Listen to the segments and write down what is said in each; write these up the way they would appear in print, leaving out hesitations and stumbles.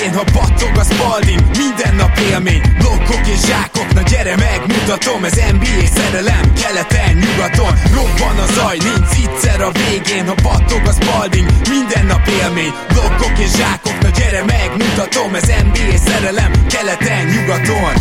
végén, ha battog a Spalding, minden nap élmény, blokkok és zsákok, na gyere megmutatom, ez NBA szerelem, keleten, nyugaton, robban a zaj, nincs egyszer a végén, ha battog a Spalding, minden nap élmény, blokkok és zsákok, na gyere megmutatom, ez NBA szerelem, keleten, nyugaton.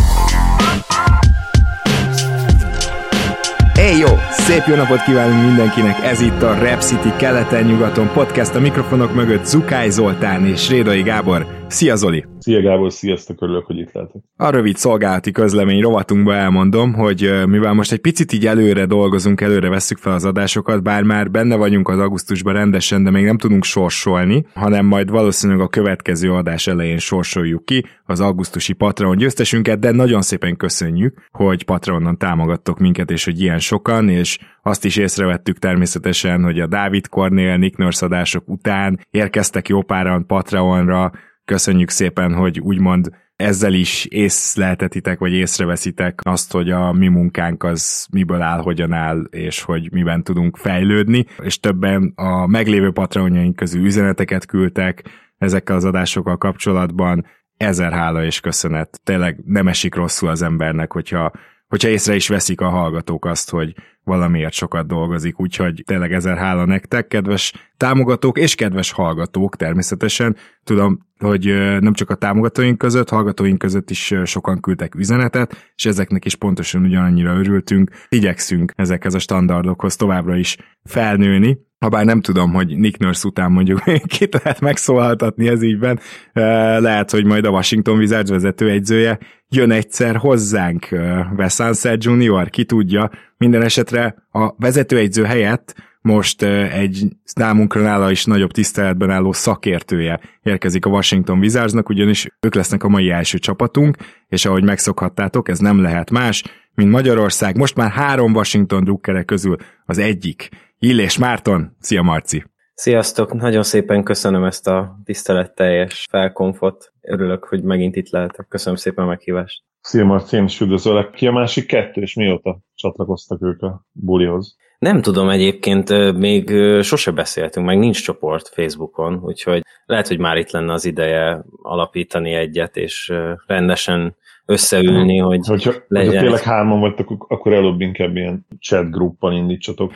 Hey jó! Szép jó napot kívánunk mindenkinek! Ez itt a Rap City keleten-nyugaton podcast, a mikrofonok mögött Zukály Zoltán és Rédai Gábor. Szia Zoli! Szia Gábor, sziasztok, örülök, hogy itt lehetek. A rövid szolgálati közlemény rovatunkba elmondom, hogy mivel most egy picit így előre dolgozunk, előre vesszük fel az adásokat, bár már benne vagyunk az augusztusban rendesen, de még nem tudunk sorsolni, hanem majd valószínűleg a következő adás elején sorsoljuk ki az augusztusi Patreon győztesünket, de nagyon szépen köszönjük, hogy Patreonon támogattok minket, és hogy ilyen sokan, és azt is észrevettük természetesen, hogy a Dávid Kornél, Nick Nurse adások után érkeztek jó páran Patreonra. Köszönjük szépen, hogy úgymond ezzel is észleltetitek, vagy észreveszitek azt, hogy a mi munkánk az miből áll, hogyan áll, és hogy miben tudunk fejlődni, és többen a meglévő patronjaink közül üzeneteket küldtek ezekkel az adásokkal kapcsolatban. Ezer hála és köszönet. Tényleg nem esik rosszul az embernek, hogyha észre is veszik a hallgatók azt, hogy valamiért sokat dolgozik, úgyhogy tényleg ezer hála nektek, kedves támogatók és kedves hallgatók természetesen. Tudom, hogy nem csak a hallgatóink között is sokan küldtek üzenetet, és ezeknek is pontosan ugyanannyira örültünk. Igyekszünk ezekhez a standardokhoz továbbra is felnőni. Habár nem tudom, hogy Nick Nurse után mondjuk kit lehet megszólaltatni ez ígyben. Lehet, hogy majd a Washington Wizards vezetőegyzője jön egyszer hozzánk, Wes Unseld Jr., ki tudja. Minden esetre a vezetőegyző helyett most egy számunkra nála is nagyobb tiszteletben álló szakértője érkezik a Washington Wizardsnak, ugyanis ők lesznek a mai első csapatunk, és ahogy megszokhattátok, ez nem lehet más, mint Magyarország. Most már 3 Washington drukkerek közül az egyik. Illés Márton, szia Marci! Sziasztok, nagyon szépen köszönöm ezt a tiszteletteljes felkonfot. Örülök, hogy megint itt lehetek. Köszönöm szépen a meghívást. Szia Marci, én is üdvözöllek. Ki a másik 2, és mióta csatlakoztak ők a bulihoz? Nem tudom egyébként, még sose beszéltünk, meg nincs csoport Facebookon, úgyhogy lehet, hogy már itt lenne az ideje alapítani egyet, és rendesen összeülni, hogy hogyha tényleg 3-an vagytok, akkor előbb inkább ilyen chat gruppan indítsatok.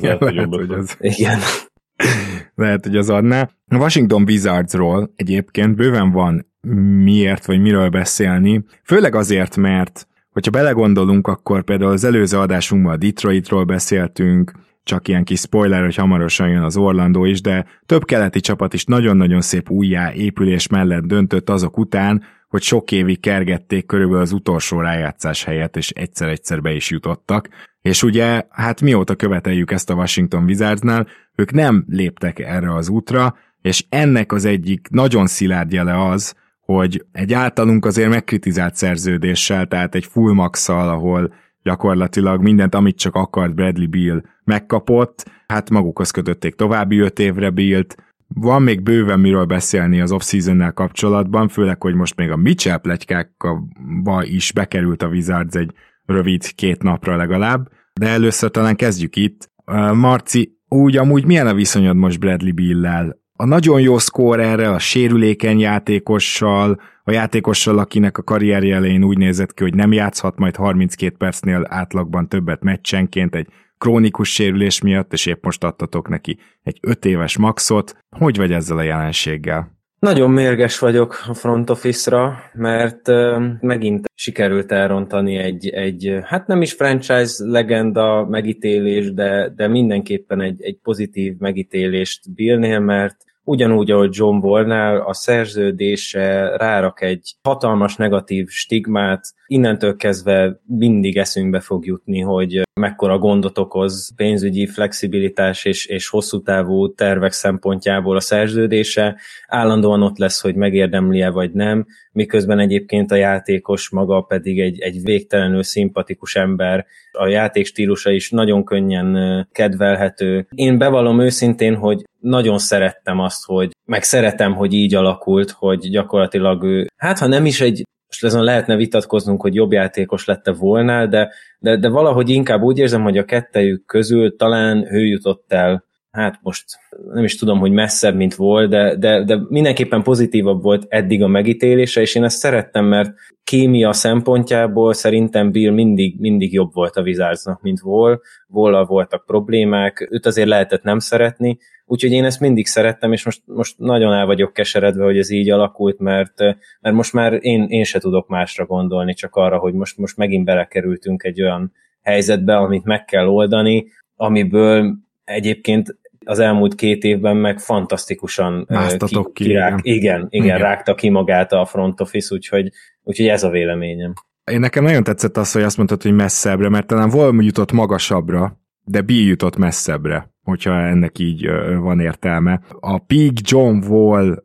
Igen. Lehet, hogy az adná. A Washington Wizardsról egyébként bőven van miért vagy miről beszélni, főleg azért, mert hogyha belegondolunk, akkor például az előző adásunkban a Detroitról beszéltünk, csak ilyen kis spoiler, hogy hamarosan jön az Orlando is, de több keleti csapat is nagyon-nagyon szép újjáépülés mellett döntött azok után, hogy sok évig kergették körülbelül az utolsó rájátszás helyet, és egyszer-egyszer be is jutottak. És ugye, hát mióta követeljük ezt a Washington Wizardsnál, ők nem léptek erre az útra, és ennek az egyik nagyon szilárd jele az, hogy egy általunk azért megkritizált szerződéssel, tehát egy full max-szal, ahol gyakorlatilag mindent, amit csak akart Bradley Beal megkapott, hát magukhoz kötötték további 5 évre Bealt. Van még bőven miről beszélni az off-seasonnel kapcsolatban, főleg, hogy most még a Mitchell pletykákba is bekerült a Wizards egy rövid 2 napra legalább, de először talán kezdjük itt. Marci, amúgy milyen a viszonyod most Bradley Beal-lel? A nagyon jó szkórerrel, a sérülékeny játékossal, a játékossal, akinek a karrierje elején úgy nézett ki, hogy nem játszhat majd 32 percnél átlagban többet meccsenként egy krónikus sérülés miatt, és épp most adtatok neki egy 5 éves maxot. Hogy vagy ezzel a jelenséggel? Nagyon mérges vagyok a front office-ra, mert megint sikerült elrontani egy hát nem is franchise legenda megítélés, de mindenképpen egy pozitív megítélést Billnél, mert ugyanúgy, ahogy John Wallnál, a szerződése rárak egy hatalmas negatív stigmát, innentől kezdve mindig eszünkbe fog jutni, hogy mekkora gondot okoz pénzügyi flexibilitás és hosszú távú tervek szempontjából a szerződése. Állandóan ott lesz, hogy megérdemli-e vagy nem, miközben egyébként a játékos maga pedig egy végtelenül szimpatikus ember. A játékstílusa is nagyon könnyen kedvelhető. Én bevallom őszintén, hogy nagyon szerettem azt, meg szeretem, hogy így alakult, hogy gyakorlatilag ő, hát ha nem is most ezen lehetne vitatkoznunk, hogy jobb játékos lett-e volna, de valahogy inkább úgy érzem, hogy a kettejük közül talán ő jutott el hát most nem is tudom, hogy messzebb, mint volt, de mindenképpen pozitívabb volt eddig a megítélése, és én ezt szerettem, mert kémia szempontjából szerintem Bill mindig jobb volt a Wizardsnak, mint Wall-al voltak problémák, őt azért lehetett nem szeretni, úgyhogy én ezt mindig szerettem, és most nagyon el vagyok keseredve, hogy ez így alakult, mert most már én se tudok másra gondolni, csak arra, hogy most megint belekerültünk egy olyan helyzetbe, amit meg kell oldani, amiből egyébként az elmúlt 2 évben meg fantasztikusan rágta ki magát a front office, úgyhogy ez a véleményem. Én nekem nagyon tetszett az, hogy azt mondtad, hogy messzebbre, mert talán Wall jutott magasabbra, de Bill jutott messzebbre, hogyha ennek így van értelme. A peak John Wall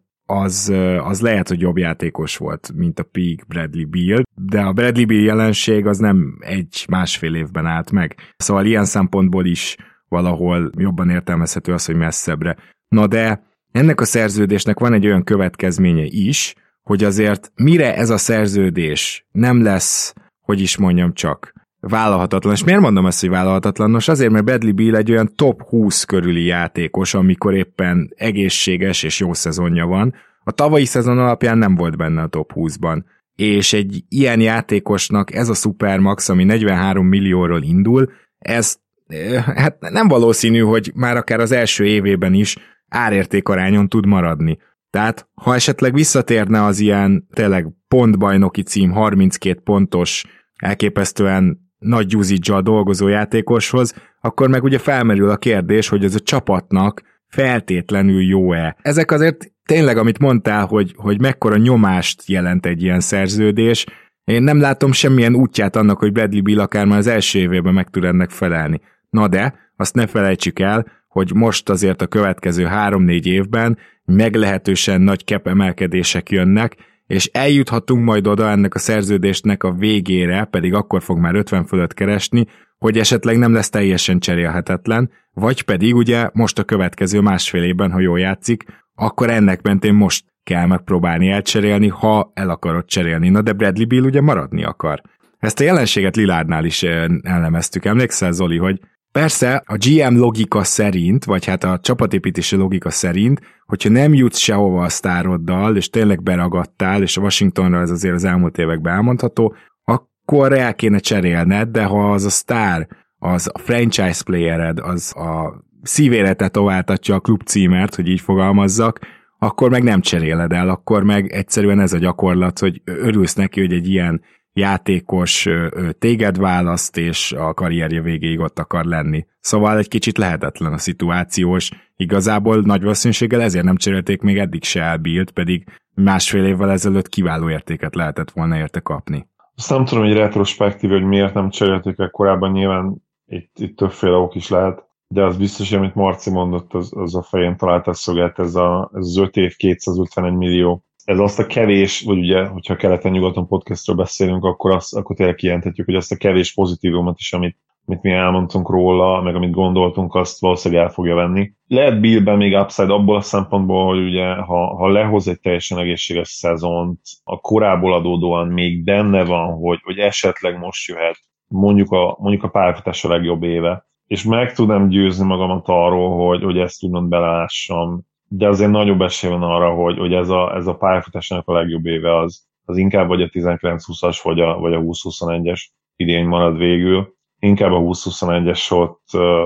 az lehet, hogy jobb játékos volt, mint a peak Bradley Beal, de a Bradley Beal jelenség az nem 1-1,5 évben állt meg. Szóval ilyen szempontból is valahol jobban értelmezhető az, hogy messzebbre. Na de ennek a szerződésnek van egy olyan következménye is, hogy azért mire ez a szerződés nem lesz, hogy is mondjam csak, vállalhatatlan. És miért mondom ezt, hogy vállalhatatlan? Nos, azért, mert Bradley Beal egy olyan top 20 körüli játékos, amikor éppen egészséges és jó szezonja van. A tavalyi szezon alapján nem volt benne a top 20-ban. És egy ilyen játékosnak ez a Supermax, ami 43 millióról indul, ez hát nem valószínű, hogy már akár az első évében is árértékarányon tud maradni. Tehát, ha esetleg visszatérne az ilyen tényleg pontbajnoki cím 32 pontos, elképesztően nagy usage-al dolgozó játékoshoz, akkor meg ugye felmerül a kérdés, hogy ez a csapatnak feltétlenül jó-e. Ezek azért tényleg, amit mondtál, hogy mekkora nyomást jelent egy ilyen szerződés, én nem látom semmilyen útját annak, hogy Bradley Beal akár már az első évében meg tud ennek felelni. Na de, azt ne felejtsük el, hogy most azért a következő 3-4 évben meglehetősen nagy cap emelkedések jönnek, és eljuthatunk majd oda ennek a szerződésnek a végére, pedig akkor fog már 50 fölött keresni, hogy esetleg nem lesz teljesen cserélhetetlen, vagy pedig ugye most a következő 1,5 évben, ha jól játszik, akkor ennek mentén most kell megpróbálni elcserélni, ha el akarod cserélni. Na de Bradley Beal ugye maradni akar. Ezt a jelenséget Lillardnál is elemeztük. Emlékszel, Zoli, hogy persze a GM logika szerint, vagy hát a csapatépítési logika szerint, hogyha nem jutsz sehova a sztároddal, és tényleg beragadtál, és a Washingtonra ez azért az elmúlt években elmondható, akkor el kéne cserélned, de ha az a sztár, az a franchise playered, az a szívére tetováltatja a klub címert, hogy így fogalmazzak, akkor meg nem cseréled el, akkor meg egyszerűen ez a gyakorlat, hogy örülsz neki, hogy egy ilyen játékos téged választ, és a karrierje végéig ott akar lenni. Szóval egy kicsit lehetetlen a szituációs. Igazából nagy valószínűséggel ezért nem cserélték még eddig se el Billt, pedig 1,5 évvel ezelőtt kiváló értéket lehetett volna érte kapni. Azt nem tudom, hogy retrospektív, hogy miért nem cserélték el korábban, nyilván itt többféle ok is lehet, de az biztos, hogy amit Marci mondott, az a fején talált a szöget, ez az 5 év 251 millió. Ez azt a kevés, vagy ugye, hogyha keleten-nyugaton podcastről beszélünk, akkor tényleg kijelenthetjük, hogy azt a kevés pozitívumot is, amit mi elmondtunk róla, meg amit gondoltunk, azt valószínűleg el fogja venni. Lehet Billben még upside abból a szempontból, hogy ugye, ha lehoz egy teljesen egészséges szezont, a korából adódóan még benne van, hogy esetleg most jöhet mondjuk a pályafutás a legjobb éve, és meg tudom győzni magamat arról, hogy ezt úgymond belelássam, de azért nagyobb esély van arra, hogy ez a pályafutásnak a legjobb éve az inkább vagy a 19-20-as, vagy a 20-21-es idény marad végül. Inkább a 20-21-es ott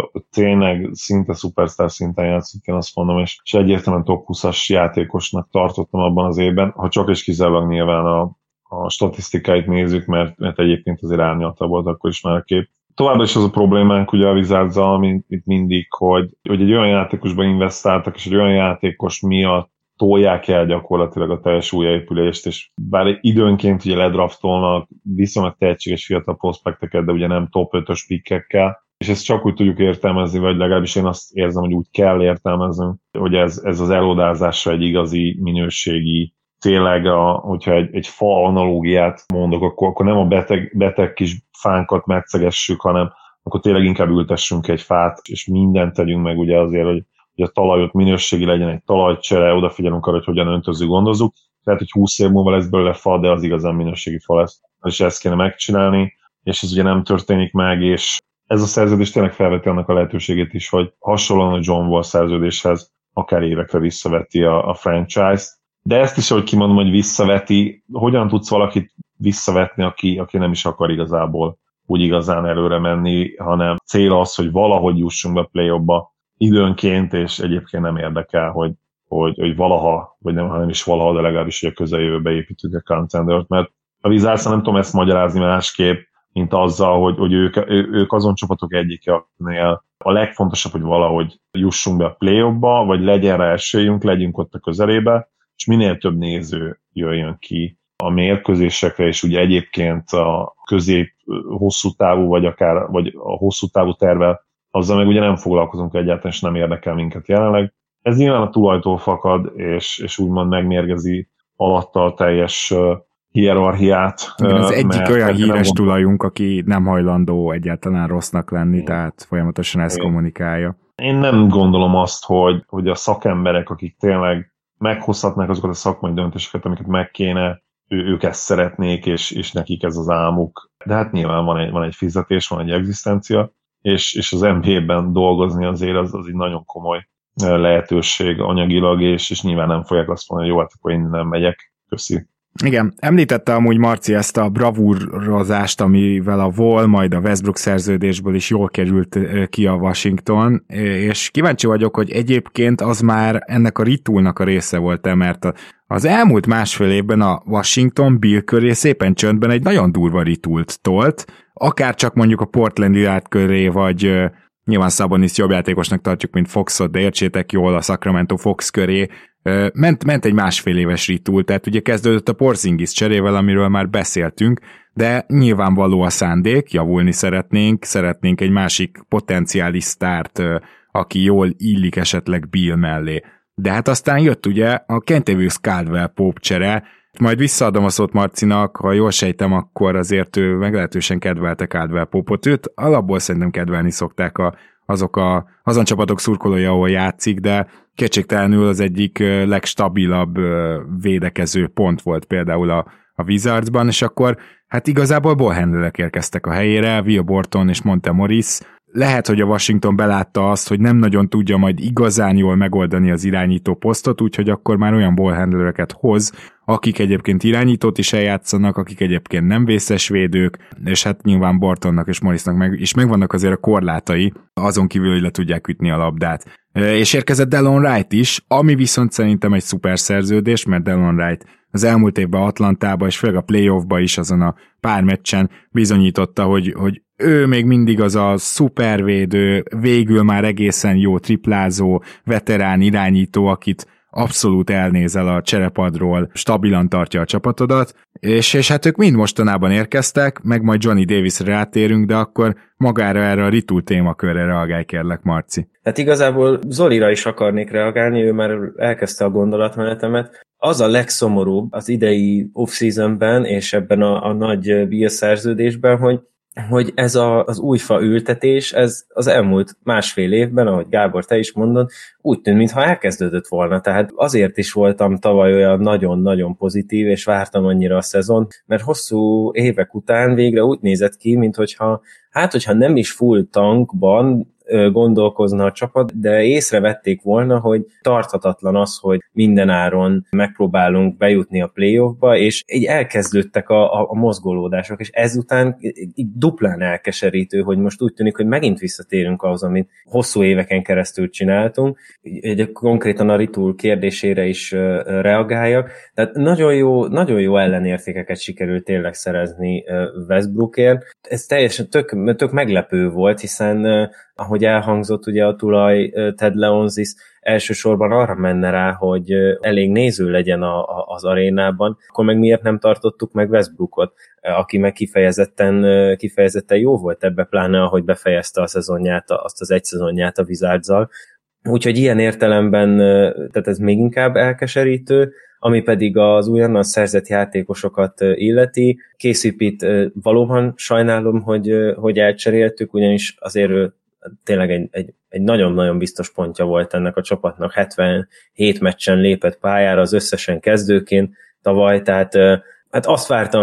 tényleg szinte szupersztár szinten játszik, én azt mondom, és egyértelműen top 20-as játékosnak tartottam abban az évben, ha csak és kizárólag nyilván a statisztikáit nézzük, mert egyébként azért árnyaltabb volt akkor is már a kép. Továbbra is az a problémánk ugye a Wizardzzal, mint mindig, hogy egy olyan játékosba investáltak, és egy olyan játékos miatt tolják el gyakorlatilag a teljes újjáépülést, és bár időnként ugye ledraftolnak viszonylag tehetséges fiatal prospekteket, de ugye nem top 5-ös pikkekkel, és ezt csak úgy tudjuk értelmezni, vagy legalábbis én azt érzem, hogy úgy kell értelmeznünk, hogy ez az elodázásra egy igazi minőségi, tényleg, hogyha egy fa analógiát mondok, akkor nem a beteg kis fánkat megszegessük, hanem akkor tényleg inkább ültessünk egy fát, és mindent tegyünk meg ugye azért, hogy a talajot minőségi legyen, egy talajcsere, odafigyelünk arra, hogy hogyan öntözzük, gondozzuk. Tehát, hogy 20 év múlva lesz belőle fa, de az igazán minőségi fa lesz. És ezt kéne megcsinálni, és ez ugye nem történik meg, és ez a szerződés tényleg felveti annak a lehetőségét is, hogy hasonlóan a John Wall szerződéshez akár évekre visszaveti a franchise-t. De ezt is, ahogy kimondom, hogy visszaveti, hogyan tudsz valakit visszavetni, aki nem is akar igazából úgy igazán előre menni, hanem cél az, hogy valahogy jussunk be a play-offba időnként, és egyébként nem érdekel, hogy valaha, vagy nem is valaha, de legalábbis, hogy a közeljövőbe építünk a contendert, mert a Wizards, nem tudom ezt magyarázni másképp, mint azzal, hogy ők azon csapatok egyiknél a legfontosabb, hogy valahogy jussunk be a play-offba, vagy legyen rá esélyünk, legyünk ott a közelébe, és minél több néző jöjjön ki a mérkőzésekre, és ugye egyébként a hosszú távú, vagy a hosszú távú tervvel, azzal meg ugye nem foglalkozunk egyáltalán, és nem érdekel minket jelenleg. Ez nyilván a tulajtól fakad, és úgymond megmérgezi alatta a teljes hierarchiát. Ez egyik olyan híres tulajunk, aki nem hajlandó egyáltalán rossznak lenni, tehát folyamatosan ezt kommunikálja. Én nem gondolom azt, hogy a szakemberek, akik tényleg meghozhatnák azokat a szakmai döntéseket, amiket meg kéne, ők ezt szeretnék, és nekik ez az álmuk. De hát nyilván van egy fizetés, van egy egzisztencia, és az NBA-ben dolgozni azért az egy nagyon komoly lehetőség anyagilag, és nyilván nem fogják azt mondani, hogy jó, hát akkor én nem megyek. Köszi. Igen, említette amúgy Marci ezt a bravúrozást, amivel a Wall, majd a Westbrook szerződésből is jól került ki a Washington, és kíváncsi vagyok, hogy egyébként az már ennek a ritulnak a része volt-e, mert az elmúlt másfél évben a Washington Bill köré szépen csöndben egy nagyon durva ritult tolt, akár csak mondjuk a Portland Lillard köré, vagy nyilván Sabonis jobb játékosnak tartjuk, mint Foxot, de értsétek jól, a Sacramento Fox köré ment egy másfél éves ritul, tehát ugye kezdődött a Porzingis cserével, amiről már beszéltünk, de nyilvánvaló a szándék, javulni szeretnénk egy másik potenciális sztárt, aki jól illik esetleg Bill mellé. De hát aztán jött ugye a Kentavious Caldwell-Pope csere, majd visszaadom a szót Marcinak, ha jól sejtem, akkor ő meglehetősen kedvelte Caldwell-Pope-ot, őt alapból szerintem kedvelni szokták azon csapatok szurkolói, ahol játszik, de kétségtelenül az egyik legstabilabb védekező pont volt például a Wizardsban, és akkor hát igazából ballhandlerek érkeztek a helyére, Will Borton és Monte Morris. Lehet, hogy a Washington belátta azt, hogy nem nagyon tudja majd igazán jól megoldani az irányító posztot, úgyhogy akkor már olyan ballhandlereket hoz, akik egyébként irányítót is eljátszanak, akik egyébként nem vészes védők, és hát nyilván Bortonnak és Morrisnak is megvannak azért a korlátai, azon kívül, hogy le tudják ütni a labdát. És érkezett Delon Wright is, ami viszont szerintem egy szuper szerződés, mert Delon Wright az elmúlt évben Atlantába, és főleg a playoffba is azon a pár meccsen bizonyította, hogy ő még mindig az a szupervédő, végül már egészen jó triplázó, veterán irányító, akit abszolút elnézel a cserepadról, stabilan tartja a csapatodat, és hát ők mind mostanában érkeztek, meg majd Johnny Davisre rátérünk, de akkor magára erre a ritul témakörre reagálj, kérlek, Marci. Hát igazából Zolira is akarnék reagálni, ő már elkezdte a gondolatmenetemet. Az a legszomorúbb az idei off-seasonben és ebben a nagy Bill szerződésben, hogy ez az újfa ültetés, ez az elmúlt másfél évben, ahogy Gábor, te is mondod, úgy tűnt, mintha elkezdődött volna. Tehát azért is voltam tavaly olyan nagyon-nagyon pozitív, és vártam annyira a szezon, mert hosszú évek után végre úgy nézett ki, minthogyha nem is full tankban gondolkozna a csapat, de észrevették volna, hogy tarthatatlan az, hogy mindenáron megpróbálunk bejutni a playoffba, és így elkezdődtek a mozgolódások, és ezután így duplán elkeserítő, hogy most úgy tűnik, hogy megint visszatérünk ahhoz, amit hosszú éveken keresztül csináltunk. Konkrétan a ritul kérdésére is reagáljak. Tehát nagyon jó ellenértékeket sikerült tényleg szerezni Westbrookért. Ez teljesen tök meglepő volt, hiszen ahogy elhangzott, ugye a tulaj Ted Leonsis elsősorban arra menne rá, hogy elég néző legyen az arénában, akkor meg miért nem tartottuk meg Westbrookot, aki meg kifejezetten jó volt ebbe, pláne ahogy befejezte a szezonját, azt az egy szezonját a Wizardzzal. Úgyhogy ilyen értelemben, tehát ez még inkább elkeserítő, ami pedig az újonnan szerzett játékosokat illeti. KCP-t valóban sajnálom, hogy elcseréltük, ugyanis azért tényleg egy nagyon-nagyon biztos pontja volt ennek a csapatnak. 77 meccsen lépett pályára, az összesen kezdőként tavaly, tehát hát azt várta,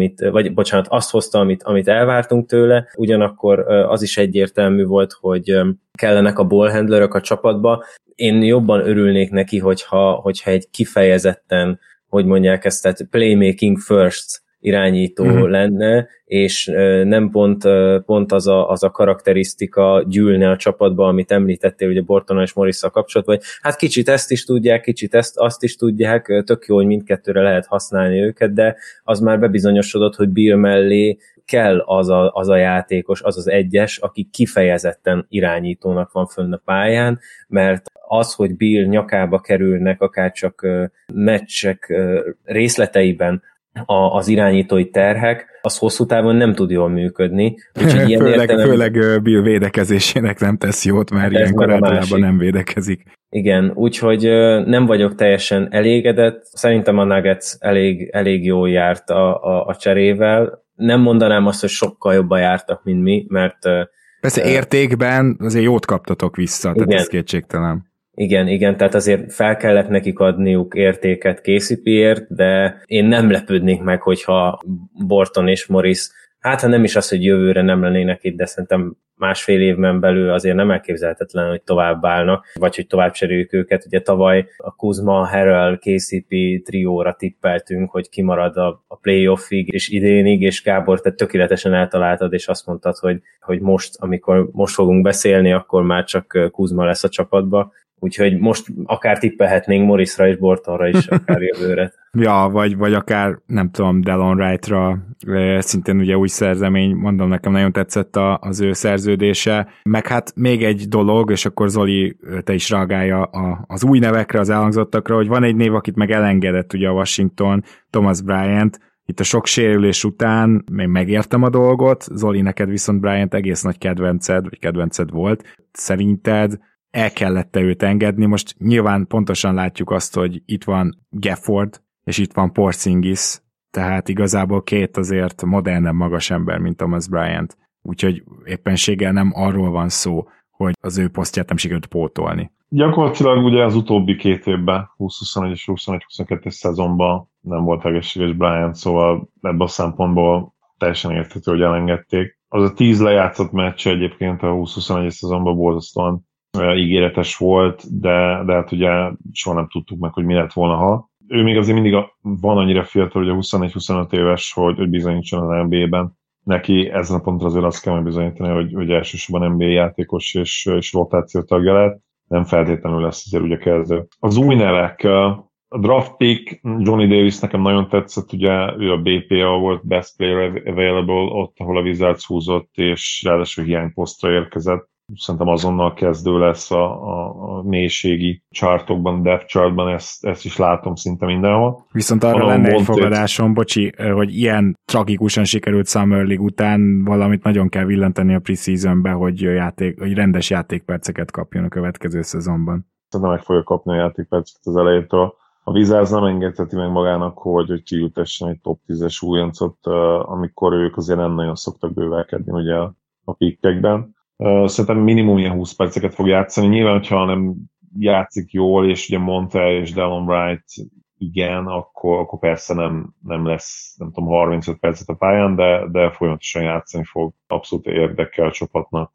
azt hozta, amit elvártunk tőle, ugyanakkor az is egyértelmű volt, hogy kellenek a ballhandlerök a csapatba. Én jobban örülnék neki, hogyha egy kifejezetten, hogy mondják ezt, tehát playmaking first irányító lenne, és nem pont az a karakterisztika gyűlne a csapatba, amit említettél, ugye Bortonnal és Morrisszal kapcsolatban, vagy hát kicsit ezt is tudják, kicsit azt is tudják, tök jó, hogy mindkettőre lehet használni őket, de az már bebizonyosodott, hogy Bill mellé kell az a játékos, az egyes, aki kifejezetten irányítónak van fönn a pályán, mert az, hogy Bill nyakába kerülnek akár csak meccsek részleteiben az irányítói terhek, az hosszú távon nem tud jól működni. Főleg Bill védekezésének nem tesz jót, mert ilyenkor általában nem védekezik. Igen, úgyhogy nem vagyok teljesen elégedett. Szerintem a Nuggets elég jól járt a cserével. Nem mondanám azt, hogy sokkal jobban jártak, mint mi, mert... Persze értékben azért jót kaptatok vissza, tehát ez kétségtelen. Igen, tehát azért fel kellett nekik adniuk értéket KCP-ért, de én nem lepődnék meg, hogyha Borton és Morris, hát ha nem is az, hogy jövőre nem lennének itt, de szerintem másfél évben belül azért nem elképzelhetetlen, hogy tovább állnak, vagy hogy tovább cseréljük őket. Ugye tavaly a Kuzma, Harrell, KCP trióra tippeltünk, hogy kimarad a playoffig és idénig, és Gábor, te tökéletesen eltaláltad, és azt mondtad, hogy amikor fogunk beszélni, akkor már csak Kuzma lesz a csapatba. Úgyhogy most akár tippelhetnénk Morrisra és Bortonra is, akár jövőre. Ja, vagy akár, nem tudom, Delon Wrightra, szintén ugye új szerzemény, mondom, nekem nagyon tetszett az ő szerződése. Meg hát még egy dolog, és akkor Zoli, te is reagálja az új nevekre, az elhangzottakra, hogy van egy név, akit meg elengedett ugye a Washington, Thomas Bryant. Itt a sok sérülés után még megértem a dolgot, Zoli, neked viszont Bryant egész nagy kedvenced volt. Szerinted el kellett őt engedni? Most nyilván pontosan látjuk azt, hogy itt van Gafford, és itt van Porzingis, tehát igazából két azért modernebb magas ember, mint Thomas Bryant. Úgyhogy éppenséggel nem arról van szó, hogy az ő posztját nem sikerült pótolni. Gyakorlatilag ugye az utóbbi 2 évben, 2021 és 21-22 szezonban nem volt egészséges Bryant, szóval ebből a szempontból teljesen érthető, hogy elengedték. Az a 10 lejátszott meccs egyébként a 20-21 szezonban borzasztóan ígéretes volt, de hát ugye soha nem tudtuk meg, hogy mi lett volna, ha. Ő még azért mindig van annyira fiatal, hogy a 24-25 éves, hogy bizonyítson az NBA-ben. Neki ezen a ponton azért azt kell bizonyítani, hogy elsősorban NBA játékos és rotáció tagja lett. Nem feltétlenül lesz azért ugye kezdő. Az új nevek, a draft pick, Johnny Davis nekem nagyon tetszett, ugye ő a BPA volt, Best Player Available, ott, ahol a Wizards húzott, és ráadásul hiányposztra érkezett. Szerintem azonnal kezdő lesz a mélységi chartokban, depth chartban, ezt is látom szinte mindenhol. Viszont arra lenne egy fogadásom, bocsi, hogy ilyen tragikusan sikerült Summer League után valamit nagyon kell villantani a preseasonbe, hogy rendes játékperceket kapjon a következő szezonban. Szerintem meg fogja kapni a játékperceket az elejétől. A Wizards nem engedheti meg magának, hogy kiültessen egy top 10-es újoncot, amikor ők azért nem nagyon szoktak bővelkedni ugye a pickekben. Szerintem minimum ilyen 20 perceket fog játszani. Nyilván, hogyha nem játszik jól, és ugye Monte és Delon Wright igen, akkor persze nem lesz, nem tudom, 35 percet a pályán, de folyamatosan játszani fog. Abszolút érdekel a csapatnak,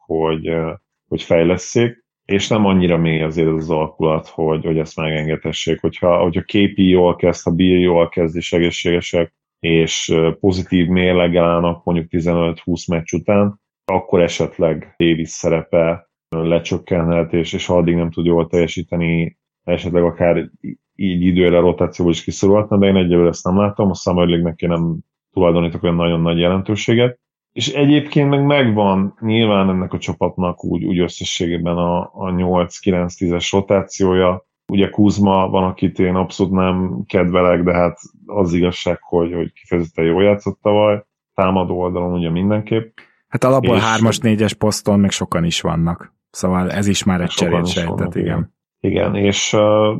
hogy fejlesszék, és nem annyira mély azért az alakulat, hogy ezt megengedhessék. Hogyha KP jól kezd, ha Bill jól kezd, és egészségesek, és pozitív mérleggel állnak mondjuk 15-20 meccs után, akkor esetleg Davis szerepe lecsökkenhet, és ha addig nem tud jól teljesíteni, esetleg akár így időre a rotációból is kiszorulhatna, de én egyébként ezt nem látom, a Summer League-nek én nem tulajdonítok olyan nagyon nagy jelentőséget. És egyébként meg megvan nyilván ennek a csapatnak úgy összességében a 8-9-10-es rotációja. Ugye Kuzma van, akit én abszolút nem kedvelek, de hát az igazság, hogy kifejezetten jól játszott tavaly. Támadó oldalon ugye mindenképp. Hát alapból 3-as, 4-es poszton még sokan is vannak. Szóval ez is már egy cserét sejtett, igen. Igen, és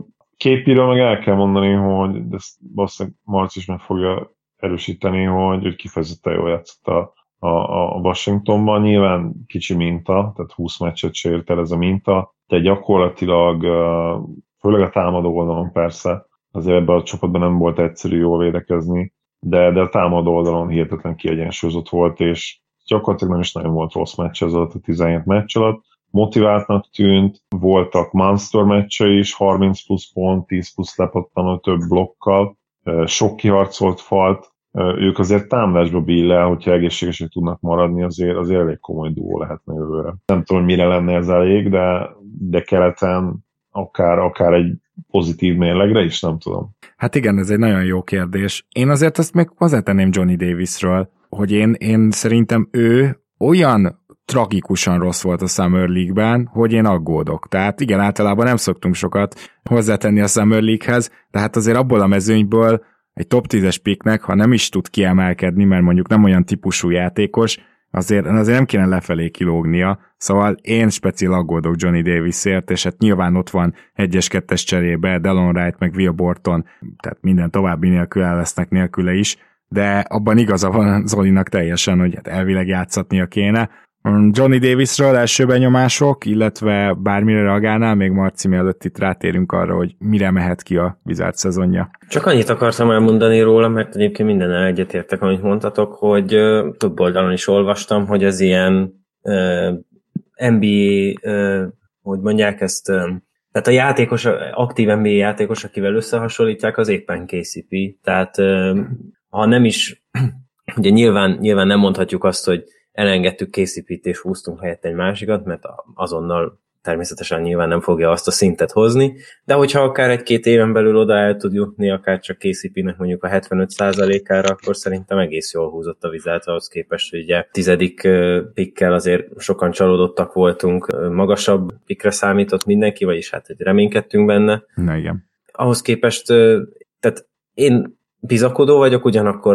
KP-ről meg el kell mondani, hogy ezt valószínűleg Marci is meg fogja erősíteni, hogy kifejezetten jól játszott a Washingtonban. Nyilván kicsi minta, tehát 20 meccset se ért el ez a minta, de gyakorlatilag, főleg a támadó oldalon persze, azért ebben a csapatban nem volt egyszerű jól védekezni, de a támadó oldalon hihetetlen kiegyensúlyozott volt, és gyakorlatilag nem is nagyon volt rossz meccs ez alatt a 17 meccs alatt. Motiváltnak tűnt, voltak monster meccsei is, 30 plusz pont, 10 plusz lepattanó több blokkal, sok kiharcolt falt, ők azért támadásba bíllel, hogyha egészségesek tudnak maradni, azért elég komoly duó lehetne jövőre. Nem tudom, mire lenne ez elég, de keleten akár egy pozitív mérlegre is, nem tudom. Hát igen, ez egy nagyon jó kérdés. Én azért azt még hozzátenném Johnny Davisről, hogy én szerintem ő olyan tragikusan rossz volt a Summer League-ben, hogy én aggódok. Tehát igen, általában nem szoktunk sokat hozzátenni a Summer League-hez, de hát azért abból a mezőnyből egy top 10-es picknek, ha nem is tud kiemelkedni, mert mondjuk nem olyan típusú játékos, azért nem kéne lefelé kilógnia, szóval én speciál aggódok Johnny Davisért, és hát nyilván ott van 1-2-es cserébe, Delon Wright meg Will Borton, tehát minden további nélkül el lesznek nélküle is, de abban igaza van Zolinak teljesen, hogy hát elvileg játszatnia kéne. Johnny Davisről első benyomások, illetve bármire reagálnál, még Marci, mielőtt itt rátérünk arra, hogy mire mehet ki a Wizards szezonja. Csak annyit akartam elmondani róla, mert egyébként mindennel egyetértek, amit mondtatok, hogy több oldalon is olvastam, hogy az ilyen NBA, hogy mondják ezt, tehát a játékos, aktív NBA játékos, akivel összehasonlítják, az éppen KCP. Tehát ha nem is, ugye nyilván nem mondhatjuk azt, hogy elengedtük KCP-t és húztunk helyett egy másikat, mert azonnal természetesen nyilván nem fogja azt a szintet hozni, de hogyha akár 1-2 éven belül oda el tud jutni, akár csak KCP-nek mondjuk a 75%-ára, akkor szerintem egész jól húzott a Wizards ahhoz képest, hogy ugye 10. pickkel azért sokan csalódottak voltunk, magasabb pickre számított mindenki, vagyis hát hogy reménykedtünk benne. Na igen. Ahhoz képest, tehát én bizakodó vagyok, ugyanakkor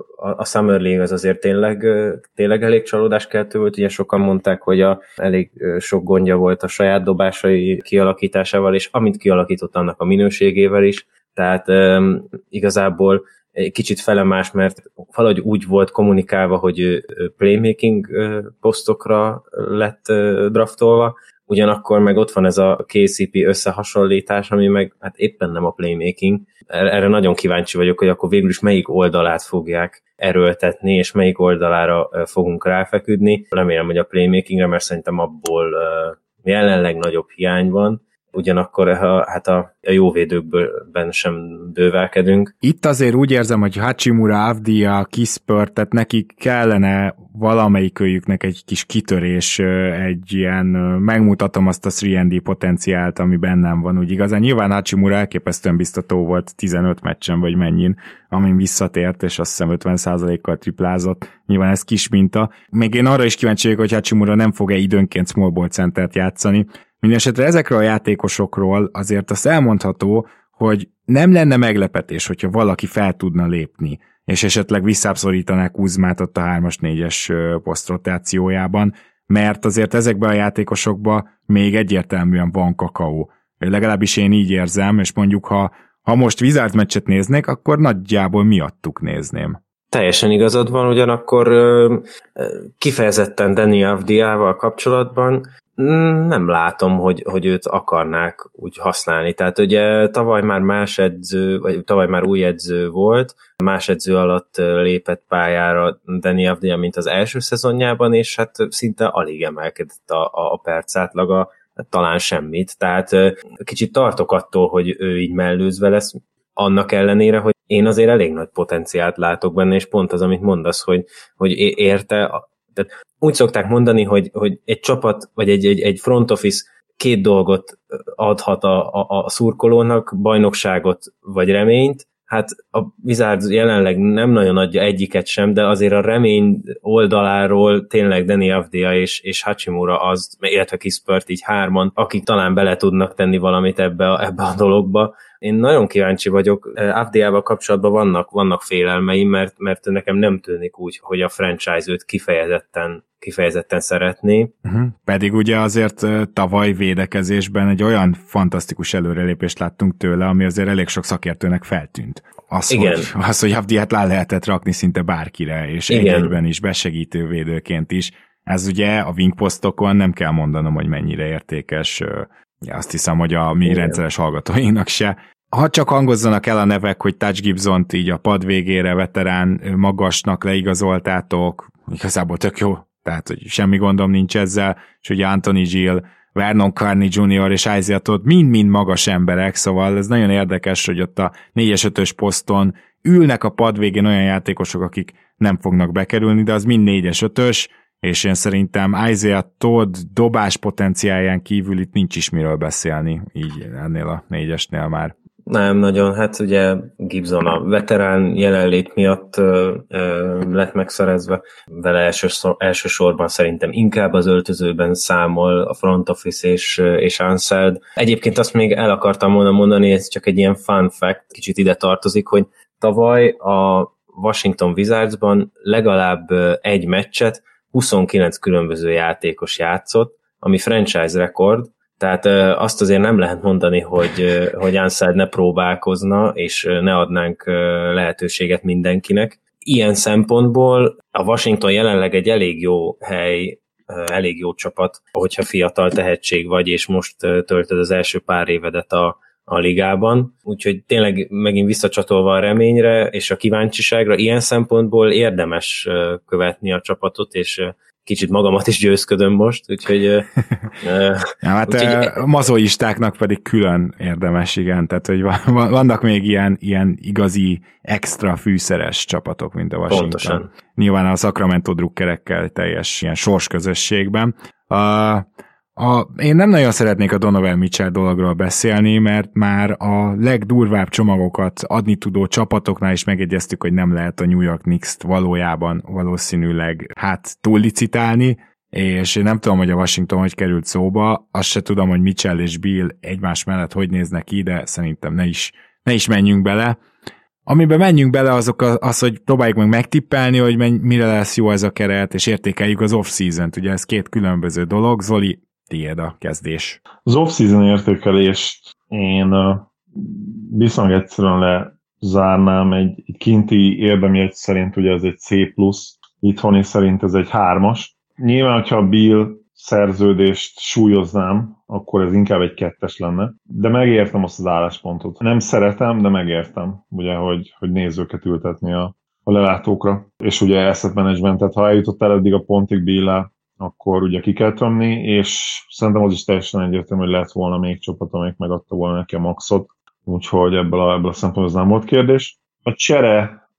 a Summer League az azért tényleg elég csalódáskeltő volt, ugye sokan mondták, hogy elég sok gondja volt a saját dobásai kialakításával, és amit kialakított annak a minőségével is, tehát igazából egy kicsit felemás, mert valahogy úgy volt kommunikálva, hogy ő playmaking posztokra lett draftolva, ugyanakkor meg ott van ez a KCP összehasonlítás, ami meg hát éppen nem a playmaking. Erre nagyon kíváncsi vagyok, hogy akkor végül is melyik oldalát fogják erőltetni, és melyik oldalára fogunk ráfeküdni. Remélem, hogy a playmakingre, mert szerintem abból jelenleg nagyobb hiány van, ugyanakkor hát a jó védőkben sem bővelkedünk. Itt azért úgy érzem, hogy Hachimura, Avdia, Kispert, tehát nekik kellene valamelyikőjüknek egy kis kitörés, egy ilyen, megmutatom azt a 3&D potenciált, ami bennem van, úgy igazán. Nyilván Hachimura elképesztően biztató volt 15 meccsen, vagy mennyin, amin visszatért, és azt hiszem 50%-kal triplázott. Nyilván ez kis minta. Még én arra is kíváncsi vagyok, hogy Hachimura nem fog-e időnként small ball centert játszani. Mindenesetre ezekről a játékosokról azért azt elmondható, hogy nem lenne meglepetés, hogyha valaki fel tudna lépni, és esetleg visszábszorítanák Kuzmát ott a 3-as, 4-es posztrotációjában, mert azért ezekben a játékosokban még egyértelműen van kakaó. Legalábbis én így érzem, és mondjuk ha most Wizards meccset néznék, akkor nagyjából miattuk nézném. Teljesen igazad van, ugyanakkor kifejezetten Deni Avdiával kapcsolatban nem látom, hogy őt akarnák úgy használni. Tehát ugye tavaly már új edző volt, más edző alatt lépett pályára Deni Avdia, mint az első szezonjában, és hát szinte alig emelkedett a percátlaga, talán semmit. Tehát kicsit tartok attól, hogy ő így mellőzve lesz, annak ellenére, hogy én azért elég nagy potenciált látok benne, és pont az, amit mondasz, hogy érte. Tehát úgy szokták mondani, hogy egy csapat, vagy egy front office 2 dolgot adhat a szurkolónak, bajnokságot vagy reményt. Hát a Wizards jelenleg nem nagyon adja egyiket sem, de azért a remény oldaláról tényleg Deni Avdia és Hachimura az, illetve Kispert így 3-an, akik talán bele tudnak tenni valamit ebbe a dologba. Én nagyon kíváncsi vagyok, Avdiával kapcsolatban vannak félelmeim, mert nekem nem tűnik úgy, hogy a franchise őt kifejezetten szeretné. Pedig ugye azért tavaly védekezésben egy olyan fantasztikus előrelépést láttunk tőle, ami azért elég sok szakértőnek feltűnt. Az, hogy Avdiát le lehetett rakni szinte bárkire, és egyben is besegítő védőként is. Ez ugye a wingpostokon nem kell mondanom, hogy mennyire értékes. Azt hiszem, hogy a mi rendszeres hallgatóinknak se. ha csak hangozzanak el a nevek, hogy Taj Gibsont így a pad végére veterán magasnak leigazoltátok, igazából tök jó, tehát hogy semmi gondom nincs ezzel, és ugye Anthony Gill, Vernon Carney Jr. és Isaiah Todd mind-mind magas emberek, szóval ez nagyon érdekes, hogy ott a 4-es 5-ös poszton ülnek a pad végén olyan játékosok, akik nem fognak bekerülni, de az mind 4-es 5-ös, és én szerintem Isaiah Todd dobás potenciálján kívül itt nincs is miről beszélni, így ennél a 4-esnél már. Nem nagyon, hát ugye Gibson a veterán jelenlét miatt lett megszerezve, vele elsősorban szerintem inkább az öltözőben számol a front office és Anseld. Egyébként azt még el akartam volna mondani, ez csak egy ilyen fun fact, kicsit ide tartozik, hogy tavaly a Washington Wizardsban legalább egy meccset 29 különböző játékos játszott, ami franchise rekord, tehát azt azért nem lehet mondani, hogy Anseld ne próbálkozna, és ne adnánk lehetőséget mindenkinek. Ilyen szempontból a Washington jelenleg egy elég jó hely, elég jó csapat, hogyha fiatal tehetség vagy, és most töltöd az első pár évedet a ligában. Úgyhogy tényleg megint visszacsatolva a reményre és a kíváncsiságra, ilyen szempontból érdemes követni a csapatot, és kicsit magamat is győzködöm most, úgyhogy... ja, hát mazoistáknak pedig külön érdemes, igen, tehát hogy vannak még ilyen igazi extra fűszeres csapatok, mint a Washington. Pontosan. Nyilván a Sacramento drukkerekkel teljes ilyen sorsközösségben. Én nem nagyon szeretnék a Donovan Mitchell dologról beszélni, mert már a legdurvább csomagokat adni tudó csapatoknál is megegyeztük, hogy nem lehet a New York Knicks-t valójában valószínűleg túllicitálni, és én nem tudom, hogy a Washington hogy került szóba, azt se tudom, hogy Mitchell és Beal egymás mellett hogy néznek ki, de szerintem ne is menjünk bele. Amiben menjünk bele, az, hogy próbáljuk meg megtippelni, hogy mire lesz jó ez a keret, és értékeljük az off-season-t. Ugye ez két különböző dolog. Zoli, tiéd a kezdés. Az off-season értékelést én viszonylag egyszerűen lezárnám egy kinti érdemjegy szerint, ugye ez egy C+, itthoni szerint ez egy 3-as. Nyilván, hogyha a Bill szerződést súlyoznám, akkor ez inkább egy 2-es lenne, de megértem azt az álláspontot. Nem szeretem, de megértem, ugye, hogy nézőket ültetni a lelátókra. És ugye asset managementet, ha eljutottál eddig a pontig Bill-el, akkor ugye ki kell tömni, és szerintem az is teljesen egyértelmű, hogy lett volna még csapat, amelyik megadta volna neki a maxot, úgyhogy ebből a szempontból ez nem volt kérdés. A csere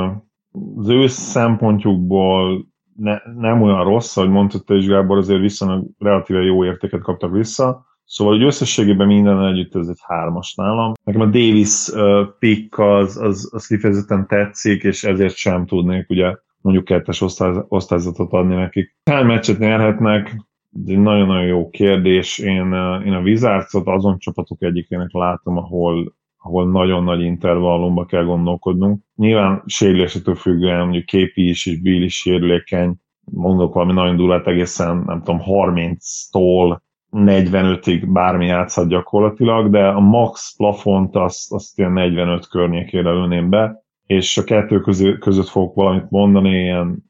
az ő szempontjukból nem olyan rossz, ahogy mondtad te is, Gábor, azért viszonylag relatíve jó értéket kaptak vissza, szóval hogy összességében minden együtt ez egy 3-as nálam. Nekem a Davis pick az kifejezetten tetszik, és ezért sem tudnék ugye mondjuk 2-es osztályzatot adni nekik. Hány meccset nyerhetnek? Ez egy nagyon-nagyon jó kérdés. Én a Wizardsot azon csapatok egyikének látom, ahol nagyon nagy intervallumba kell gondolkodnunk. Nyilván sérülésetől függően, mondjuk KP is és Bill is sérülékeny, mondok valami nagyon durvát, egészen nem tudom, 30-tól 45-ig bármi játszhat gyakorlatilag, de a max plafont azt ilyen 45 környékére lőném be, és a kettő között fogok valamit mondani, ilyen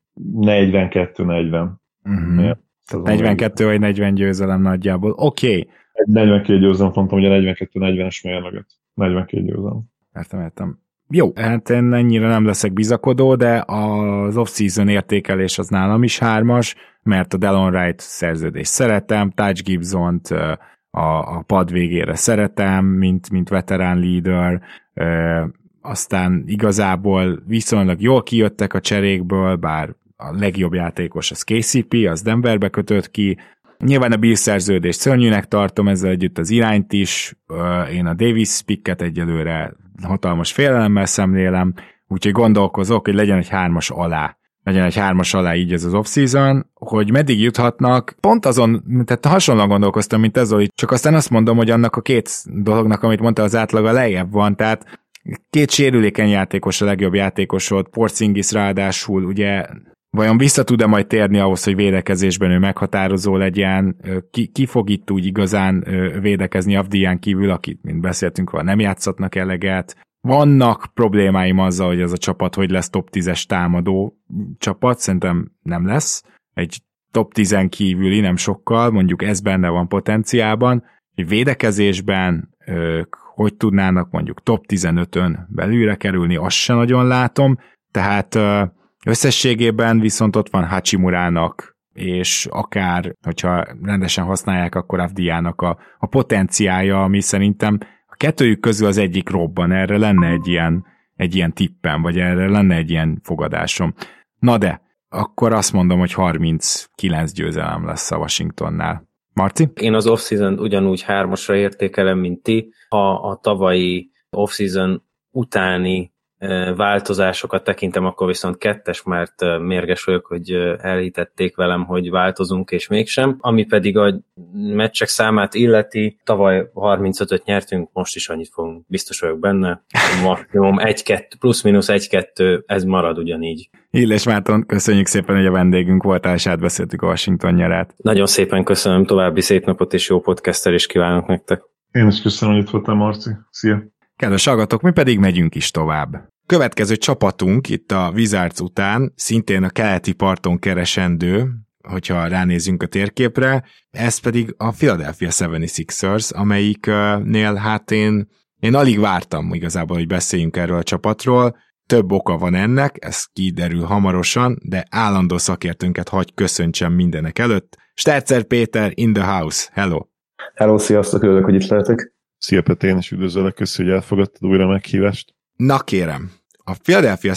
42-40. Mm-hmm. 42 vagy 40 győzelem nagyjából. Oké. 42 győzelem, mondtam, hogy a 42-40-es mérleget. 42 győzelem. Értem. Jó, hát én ennyire nem leszek bizakodó, de az off-season értékelés az nálam is 3-as, mert a Delon Wright szerződést szeretem, Taj Gibsont a pad végére szeretem, mint veterán leader, aztán igazából viszonylag jól kijöttek a cserékből, bár a legjobb játékos az KCP, az Denverbe kötött ki. Nyilván a Bill szerződést szörnyűnek tartom, ezzel együtt az irányt is. Én a Davis picket egyelőre hatalmas félelemmel szemlélem, úgyhogy gondolkozok, hogy legyen egy 3-as alá. Legyen egy 3-as alá így ez az off-season, hogy meddig juthatnak. Pont azon, tehát hasonlóan gondolkoztam, mint ez, hogy csak aztán azt mondom, hogy annak a két dolognak, amit mondta, az átlaga lejjebb van, tehát két sérülékeny játékos a legjobb játékosod, Porzingis ráadásul, ugye vajon vissza tud-e majd térni ahhoz, hogy védekezésben ő meghatározó legyen, ki fog itt úgy igazán védekezni Avdiján kívül, akit, mint beszéltünk róla, nem játszatnak eleget. Vannak problémáim azzal, hogy ez a csapat hogy lesz top 10-es támadó csapat, szerintem nem lesz. Egy top 10-en kívüli, nem sokkal, mondjuk ez benne van potenciálban, hogy védekezésben hogy tudnának mondjuk top 15-ön belülre kerülni, azt se nagyon látom, tehát összességében viszont ott van Hachimurának, és akár, hogyha rendesen használják, akkor Avdiának a potenciálja, ami szerintem a kettőjük közül az egyik robban, erre lenne egy ilyen tippem, vagy erre lenne egy ilyen fogadásom. Na de, akkor azt mondom, hogy 39 győzelem lesz a Washingtonnál. Marci? Én az off-season ugyanúgy 3-asra értékelem, mint ti. Ha a tavalyi off-season utáni változásokat tekintem, akkor viszont 2-es, mert mérges vagyok, hogy elhitették velem, hogy változunk, és mégsem. Ami pedig a meccsek számát illeti, tavaly 35-öt nyertünk, most is annyit fogunk, biztos vagyok benne. Maximum 1-2, plusz-minusz 1-2, ez marad ugyanígy. Illés Márton, köszönjük szépen, hogy a vendégünk voltál, és átbeszéltük a Washington nyarát. Nagyon szépen köszönöm, további szép napot és jó podcastelést kívánok nektek. Én is köszönöm, hogy itt voltál, Marci. Szia! Kedves hallgatók, mi pedig megyünk is tovább. Következő csapatunk itt a Wizards után, szintén a keleti parton keresendő, hogyha ránézünk a térképre, ez pedig a Philadelphia 76ers, amelyiknél hát én alig vártam igazából, hogy beszéljünk erről a csapatról. Több oka van ennek, ez kiderül hamarosan, de állandó szakértőnket hagy köszöntsem mindenek előtt. Sterzer Péter in the house, hello! Hello, sziasztok, örülök, hogy itt lehetek. Szia Peti, én is üdvözöllek, köszi, hogy elfogadtad újra a meghívást. Na kérem, a Philadelphia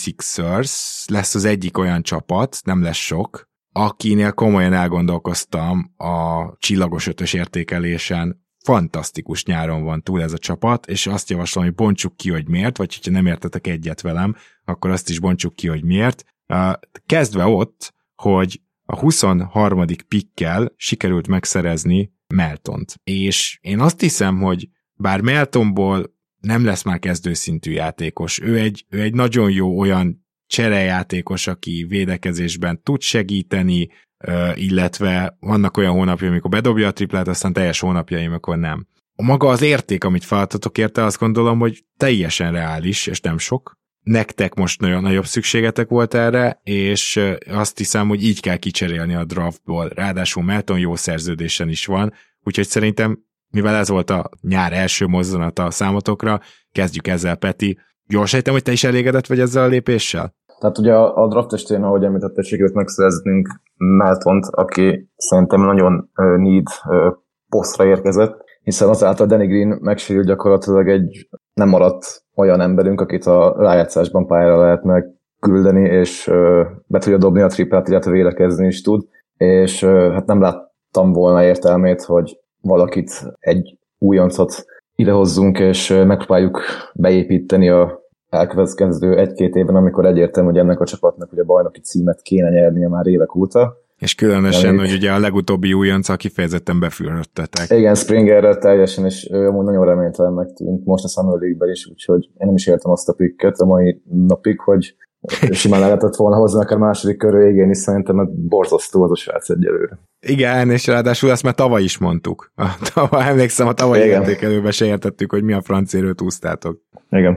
76ers lesz az egyik olyan csapat, nem lesz sok, akinél komolyan elgondolkoztam a csillagos ötös értékelésen. Fantasztikus nyáron van túl ez a csapat, és azt javaslom, hogy bontsuk ki, hogy miért, vagy hogyha nem értetek egyet velem, akkor azt is bontsuk ki, hogy miért. Kezdve ott, hogy a 23. pickkel sikerült megszerezni Meltont. És én azt hiszem, hogy bár Meltonból nem lesz már kezdőszintű játékos, ő egy nagyon jó olyan cserejátékos, aki védekezésben tud segíteni, illetve vannak olyan hónapjai, amikor bedobja a triplát, aztán teljes hónapjai, amikor nem. Maga az érték, amit feladtatok érte, azt gondolom, hogy teljesen reális, és nem sok. Nektek most nagyon nagyobb szükségetek volt erre, és azt hiszem, hogy így kell kicserélni a draftból. Ráadásul Melton jó szerződésen is van, úgyhogy szerintem, mivel ez volt a nyár első mozzanata a számotokra, kezdjük ezzel, Peti. Jól sejtem, hogy te is elégedett vagy ezzel a lépéssel? Tehát ugye a draft estén, ahogy említette, sikerült megszereznünk Meltont, aki szerintem nagyon need posztra érkezett, hiszen azáltal Danny Green megsérült, gyakorlatilag nem maradt olyan emberünk, akit a rájátszásban pályára lehet megküldeni, és be tudja dobni a triplát, illetve védekezni is tud, és hát nem láttam volna értelmét, hogy valakit, egy újoncot idehozzunk, és megpróbáljuk beépíteni a elkövetkező 1-2 évben, amikor egyértelmű, hogy ennek a csapatnak ugye a bajnoki címet kéne nyernie már évek óta. És különösen, hogy ugye a legutóbbi újonca kifejezetten befürödtetek. Igen, Springerrel teljesen, és amúgy nagyon reménytelennek tűnt most a Summer League-ben is, úgyhogy én nem is értem azt a picket a mai napig, hogy simán lehetett volna hozni akár második körül végén is, szerintem, mert borzasztó az a srác egyelőre. Igen, és ráadásul ezt már tavaly is mondtuk. Emlékszem, a tavalyi értékelőben se értettük, hogy mi a francéről úsztátok. Igen.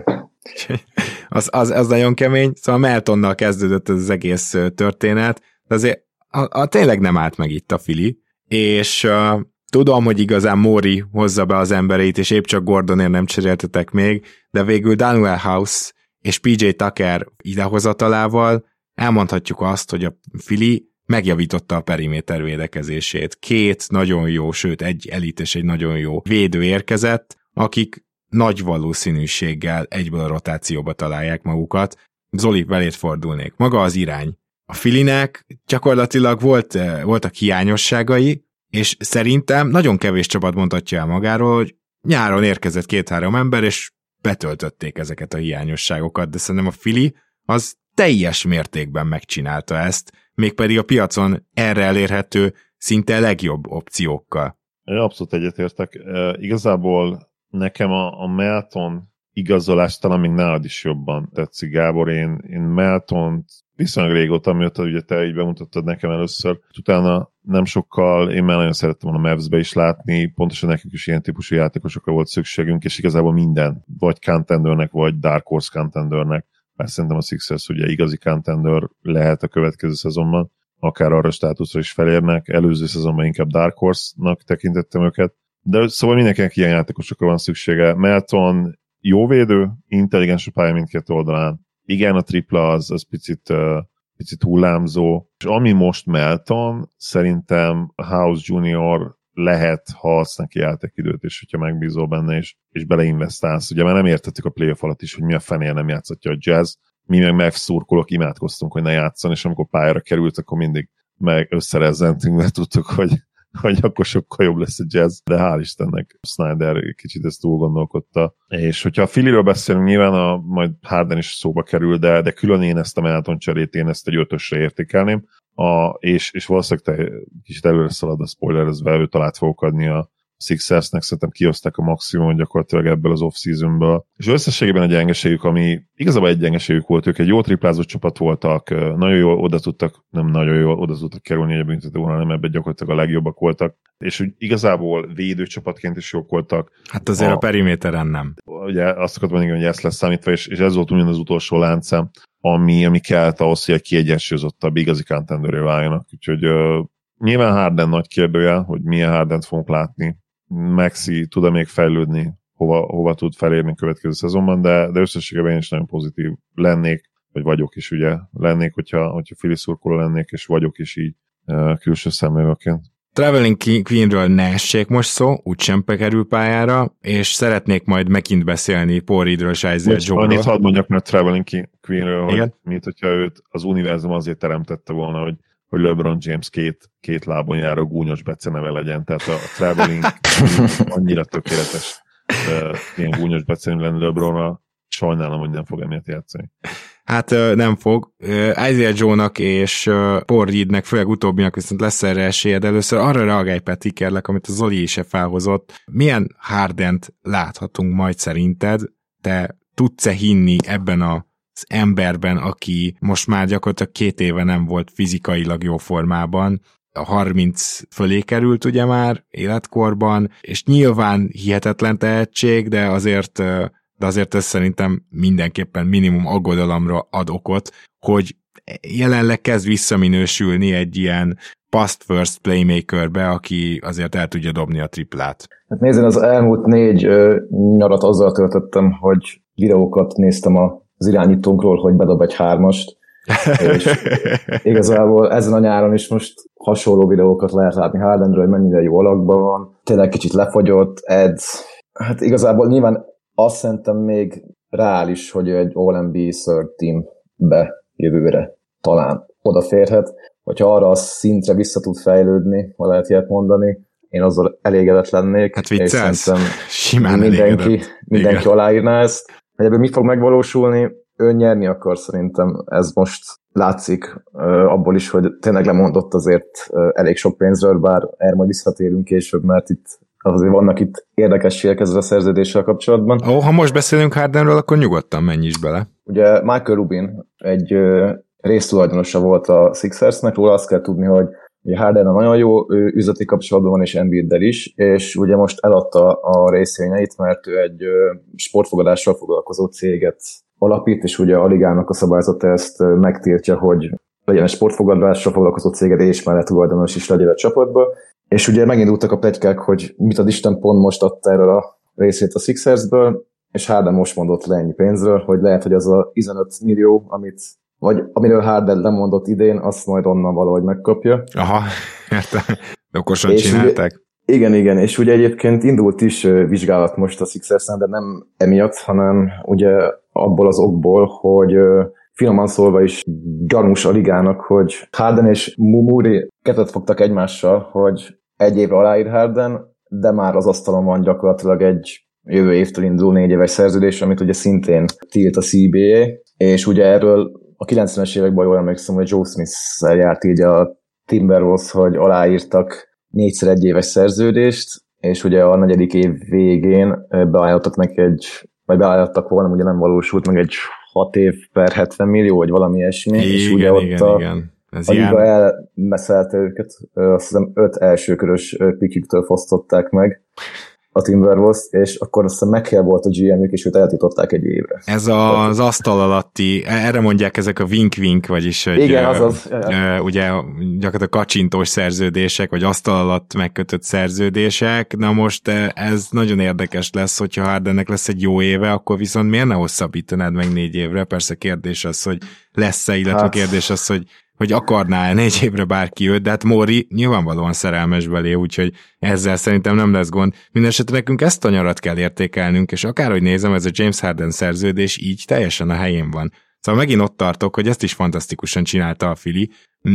Az nagyon kemény, szóval Meltonnal kezdődött ez az egész történet, de azért tényleg nem állt meg itt a Fili, és tudom, hogy igazán Mori hozza be az embereit, és épp csak Gordonért nem cseréltetek még, de végül Daniel House és PJ Tucker idehozatalával elmondhatjuk azt, hogy a Fili megjavította a periméter védekezését. 2 nagyon jó, sőt egy elit és egy nagyon jó védő érkezett, akik nagy valószínűséggel egyből a rotációba találják magukat. Zoli, velét fordulnék. Maga az irány. A Filinek gyakorlatilag voltak hiányosságai, és szerintem nagyon kevés csapat mondhatja el magáról, hogy nyáron érkezett 2-3 ember, és betöltötték ezeket a hiányosságokat, de szerintem a Fili az teljes mértékben megcsinálta ezt, mégpedig a piacon erre elérhető szinte legjobb opciókkal. Abszolút egyetértek. Igazából nekem a Melton igazolás talán még nálad is jobban tetszik, Gábor. Én Meltont viszonylag régóta, mióta ugye te így bemutattad nekem először, utána nem sokkal, én már nagyon szerettem volna a Mavs-be is látni, pontosan nekünk is ilyen típusú játékosokra volt szükségünk, és igazából minden, vagy contendernek, vagy Dark Horse contendernek, mert szerintem a Sixers ugye igazi contender lehet a következő szezonban, akár arra státuszra is felérnek, előző szezonban inkább Dark Horse-nak tekintettem őket, De szóval mindenkinek ilyen játékosokra van szüksége. Melton jó védő, intelligens a pálya mindkét oldalán. Igen, a tripla az picit hullámzó. És ami most Melton, szerintem House Junior lehet, ha adsz neki játékidőt, és hogyha megbízol benne, és beleinvestálsz. Ugye már nem értettük a playoff alatt is, hogy mi a fenél nem játszatja a Jazz. Mi meg megszurkolok, imádkoztunk, hogy ne játszon, és amikor pályára került, akkor mindig meg összerezzentünk, mert tudtuk, hogy akkor sokkal jobb lesz a Jazz, de hál' Istennek Snyder kicsit ezt túl gondolkodta. És hogyha a Phillyről beszélünk, nyilván majd Harden is szóba kerül, de külön én ezt a Melton cserét, én ezt egy 5-ösre értékelném, és valószínűleg te kicsit előre szalad a spoilerezve, ő talált fogok adni a Sixersnek, szerintem kihozták a maximum gyakorlatilag ebből az off-seasonből. És összességében egy gyengeségük, ami igazából egy gyengeségük volt, ők egy jó triplázó csapat voltak, nagyon jól oda tudtak kerülni egy büntetővonalra, hanem ebben gyakorlatilag a legjobbak voltak, és úgy igazából védő csapatként is jók voltak. Hát azért a periméteren nem. Ugye azt akartam mondani, hogy ezt lesz számítva, és ez volt ugyan az utolsó láncem, ami kellett ahhoz, hogy egy kiegyensúlyozottabb igazi contenderé váljanak. Úgyhogy nyilván Harden nagy kérdőjel, hogy milyen Hardent fogunk látni. Maxi tud-e még fejlődni, hova tud felérni a következő szezonban, de összességében én is nagyon pozitív lennék, vagy vagyok is ugye, lennék, hogyha Philly szurkoló lennék, és vagyok is így külső szemlélőként. Traveling Queenről ne essék most szó, úgysem kerül pályára, és szeretnék majd megint beszélni Paul Reedről és Isaiah Joe-ról. Annyit hadd mondjak, mert Traveling Queenről, hogy mint hogyha őt az univerzum azért teremtette volna, hogy LeBron James két lábon járó gúnyos beceneve legyen, tehát a Traveling annyira tökéletes ilyen gúnyos beceneve lenni LeBronra, sajnálom, hogy nem fog emiatt játszani. Hát nem fog. Isaiah Joe-nak és Paul Reednek, főleg utóbbinak viszont lesz erre esélyed. Először arra reagálj, Peti, kérlek, amit a Zoli is felhozott. Milyen Hardent láthatunk majd szerinted? Te tudsz-e hinni ebben az emberben, aki most már gyakorlatilag 2 éve nem volt fizikailag jó formában, a 30 fölé került ugye már életkorban, és nyilván hihetetlen tehetség, de azért ez szerintem mindenképpen minimum aggodalomra ad okot, hogy jelenleg kezd visszaminősülni egy ilyen pass first playmakerbe, aki azért el tudja dobni a triplát. Hát nézd, az elmúlt 4 nyarat azzal töltöttem, hogy videókat néztem az irányítónkról, hogy bedob egy 3-ast, és igazából ezen a nyáron is most hasonló videókat lehet látni Hardenről, hogy mennyire jó alakban van, tényleg kicsit lefagyott, hát igazából nyilván azt szerintem még reális, hogy egy All-NBA third teambe jövőre talán odaférhet, hogyha arra a szintre vissza tud fejlődni, ha lehet ilyet mondani, én azzal elégedett lennék. Hát viccelsz, simán mindenki aláírná ezt. Hogy ebből mi fog megvalósulni, ő nyerni akar szerintem. Ez most látszik abból is, hogy tényleg lemondott azért elég sok pénzről, bár erre majd visszatérünk később, mert itt azért vannak itt érdekességek ezzel a szerződéssel kapcsolatban. Ha most beszélünk Hardenről, akkor nyugodtan menj is bele. Ugye Michael Rubin egy résztulajdonosa volt a Sixersnek, róla azt kell tudni, hogy Harden nagyon jó üzleti kapcsolatban van, és Embiiddel is, és ugye most eladta a részvényeit, mert ő egy sportfogadással foglalkozó céget alapít, és ugye a ligának a szabályzata ezt megtiltja, hogy legyen egy sportfogadással foglalkozó céged, és mellett tulajdonos is legyen a csapatba. És ugye megindultak a pletykák, hogy mit ad Isten pont most adta erről a részét a Sixersből, és Harden most mondott le ennyi pénzről, hogy lehet, hogy az a 15 millió, amiről Harden lemondott idén, azt majd onnan valahogy megkapja. Aha, értem. Okosan csinálták. Ugye, igen, és ugye egyébként indult is vizsgálat most a Sixersen, de nem emiatt, hanem ugye abból az okból, hogy finoman szólva is gyanús a ligának, hogy Harden és Mumuri ketet fogtak egymással, hogy 1 évre aláír Harden, de már az asztalon van gyakorlatilag egy jövő évtől induló 4 éves szerződés, amit ugye szintén tilt a CBA, és ugye erről a 90-es években jól emlékszem, hogy Joe Smith-szel járt így a Timberwolves, hogy aláírtak 4-szer 1 éves szerződést, és ugye a 4. év végén beállítottak neki beállítottak volna, ugye nem valósult meg egy 6 év per 70 millió, vagy valami ilyesmi, és ugye ott igen. A liga elmeszelte őket, azt hiszem 5 elsőkörös piküktől fosztották meg, a Timberwolves, és akkor azt hiszem McHale volt a GM-ük, és őt eltiltották egy évre. Ez az asztal alatti, erre mondják ezek a wink-wink, vagyis hogy igen, azaz. Ugye gyakorlatilag kacsintós szerződések, vagy asztal alatt megkötött szerződések. Na most ez nagyon érdekes lesz, hogyha Hardennek lesz egy jó éve, akkor viszont miért ne hosszabbítanád meg 4 évre? Persze kérdés az, hogy lesz-e, illetve kérdés az, hogy akarná 4 évre bárki őt, de hát Mori nyilvánvalóan szerelmes belé, úgyhogy ezzel szerintem nem lesz gond. Mindenesetre nekünk ezt a nyarat kell értékelnünk, és akárhogy nézem, ez a James Harden szerződés így teljesen a helyén van. Szóval megint ott tartok, hogy ezt is fantasztikusan csinálta a Philly,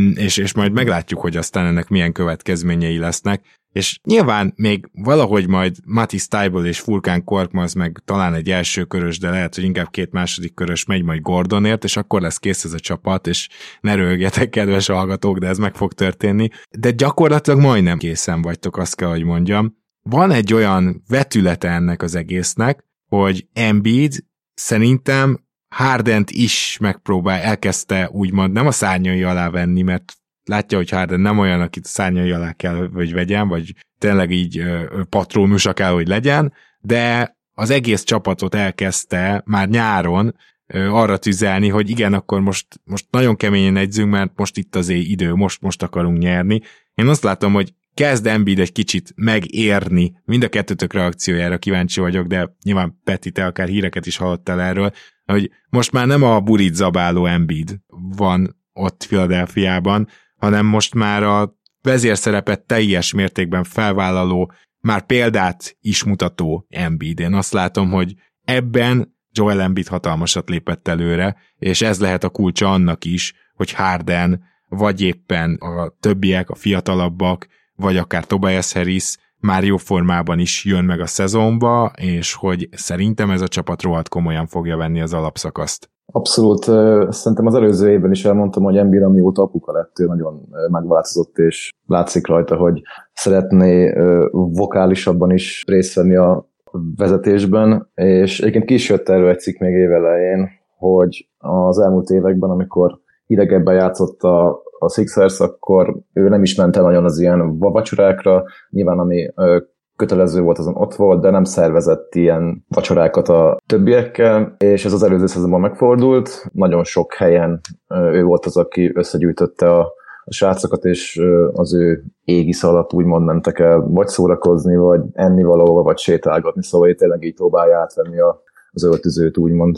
és majd meglátjuk, hogy aztán ennek milyen következményei lesznek, és nyilván még valahogy majd Matisse Thybulle és Furkan Korkmaz meg talán egy első körös, de lehet, hogy inkább 2 második körös megy majd Gordonért, és akkor lesz kész ez a csapat, és ne röhögjetek, kedves hallgatók, de ez meg fog történni. De gyakorlatilag majdnem készen vagytok, azt kell, hogy mondjam. Van egy olyan vetülete ennek az egésznek, hogy Embiid szerintem Hardent is elkezdte úgymond nem a szárnyai alá venni, mert látja, hogy Harden nem olyan, akit szárnyai alá kell, hogy vegyen, vagy tényleg így patrónusa kell, hogy legyen, de az egész csapatot elkezdte már nyáron arra tüzelni, hogy igen, akkor most nagyon keményen edzünk, mert most itt az idő, most akarunk nyerni. Én azt látom, hogy kezd Embiid egy kicsit megérni, mind a kettőtök reakciójára kíváncsi vagyok, de nyilván Peti, te akár híreket is hallottál erről, hogy most már nem a burit zabáló Embiid van ott Philadelphiában, hanem most már a vezérszerepet teljes mértékben felvállaló, már példát is mutató Embiid. Én azt látom, hogy ebben Joel Embiid hatalmasat lépett előre, és ez lehet a kulcsa annak is, hogy Harden, vagy éppen a többiek, a fiatalabbak, vagy akár Tobias Harris már jó formában is jön meg a szezonba, és hogy szerintem ez a csapat rohadt komolyan fogja venni az alapszakaszt. Abszolút. Szerintem az előző évben is elmondtam, hogy Embiid, amióta apuka lett, ő nagyon megváltozott, és látszik rajta, hogy szeretné vokálisabban is részt venni a vezetésben, és egyébként ki is jött erről egy cikk még évelején, hogy az elmúlt években, amikor hidegebben játszott a Sixers, akkor ő nem is ment el nagyon az ilyen vacsorákra, nyilván ami kötelező volt, azon ott volt, de nem szervezett ilyen vacsorákat a többiekkel, és ez az előző szezonban megfordult. Nagyon sok helyen ő volt az, aki összegyűjtötte a srácokat, és az ő égisz alatt úgymond mentek el vagy szórakozni, vagy enni valahova, vagy sétálgatni, szóval tényleg így próbálja átvenni az öltözőt, úgymond.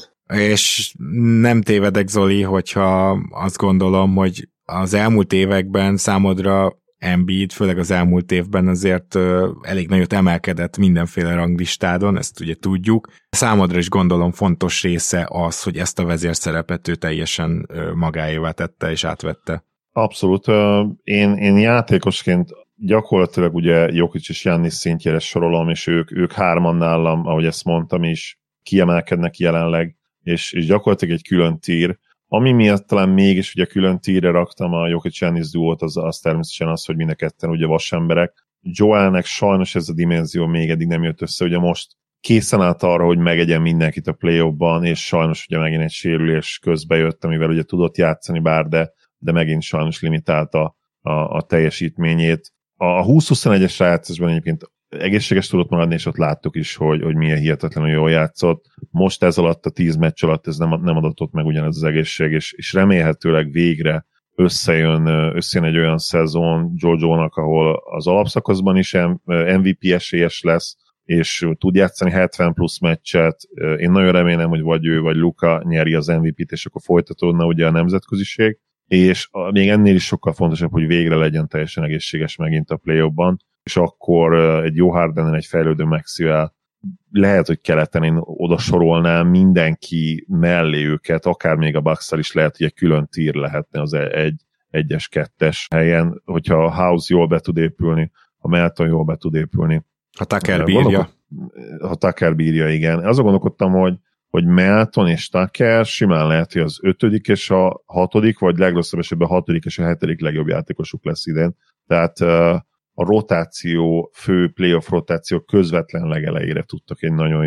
És nem tévedek, Zoli, hogyha azt gondolom, hogy az elmúlt években számodra Embiid, főleg az elmúlt évben azért elég nagyot emelkedett mindenféle ranglistádon, ezt ugye tudjuk. Számodra is gondolom fontos része az, hogy ezt a vezérszerepet ő teljesen magáévá tette és átvette. Abszolút. Én játékosként gyakorlatilag ugye Jokic és Giannis szintjére sorolom, és ők hárman nálam, ahogy ezt mondtam is, kiemelkednek jelenleg, és gyakorlatilag egy külön tír. Ami miatt talán mégis ugye külön tírre raktam a Jokic-Giannis duót, az természetesen az, hogy mind a ketten ugye vasemberek. Joelnek sajnos ez a dimenzió még eddig nem jött össze, ugye most készen állt arra, hogy megegyen mindenkit a play-offban, és sajnos ugye megint egy sérülés közbe jött, amivel ugye tudott játszani bár, de megint sajnos limitálta a teljesítményét. A 20-21-es rájátszásban egyébként egészséges tudott maradni, és ott láttuk is, hogy milyen hihetetlenül jól játszott. Most ez alatt, a 10 meccs alatt ez nem adott ott meg ugyanez az egészség, és remélhetőleg végre összejön egy olyan szezon Jojo-nak, ahol az alapszakaszban is MVP esélyes lesz, és tud játszani 70 plusz meccset. Én nagyon remélem, hogy vagy ő, vagy Luka nyeri az MVP-t, és akkor folytatódna ugye a nemzetköziség, és még ennél is sokkal fontosabb, hogy végre legyen teljesen egészséges megint a play-offban, és akkor egy jó Hardenen, egy fejlődő Maxivel lehet, hogy keleten én oda sorolnám mindenki mellé őket, akár még a Bucks-szal is lehet, hogy egy külön tír lehetne az egyes, kettes helyen, hogyha a House jól be tud épülni, a Melton jól be tud épülni. Ha Tucker bírja. Ha Tucker bírja, igen. Azon gondolkodtam, hogy Melton és Tucker simán lehet, hogy az 5. és a 6., vagy legrosszabb esetben a 6. és a 7. legjobb játékosuk lesz idén. Tehát a rotáció, fő playoff rotáció közvetlen legelejére tudtak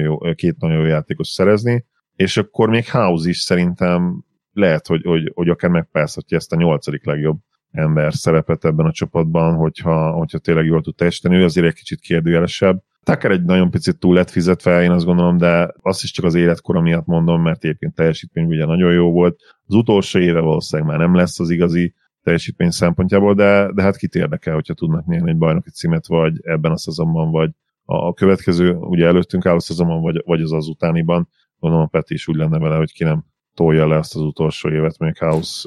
két nagyon jó játékos szerezni, és akkor még House is szerintem lehet, hogy akár megpászhatja ezt a 8. legjobb ember szerepet ebben a csapatban, hogyha tényleg jól tud teljesíteni. Ő azért egy kicsit kérdőjelesebb. Tucker egy nagyon picit túl lett fizetve, én azt gondolom, de azt is csak az életkora miatt mondom, mert egyébként teljesítmény ugye nagyon jó volt. Az utolsó éve valószínűleg már nem lesz az igazi teljesítmény szempontjából, de hát kit érdekel, hogyha tudnak nyerni egy bajnoki címet, vagy ebben a szezonban, vagy a következő, ugye előttünk álló szezonban, vagy az utániban. Gondolom a Peti is úgy lenne vele, hogy ki nem tolja le azt az utolsó évet még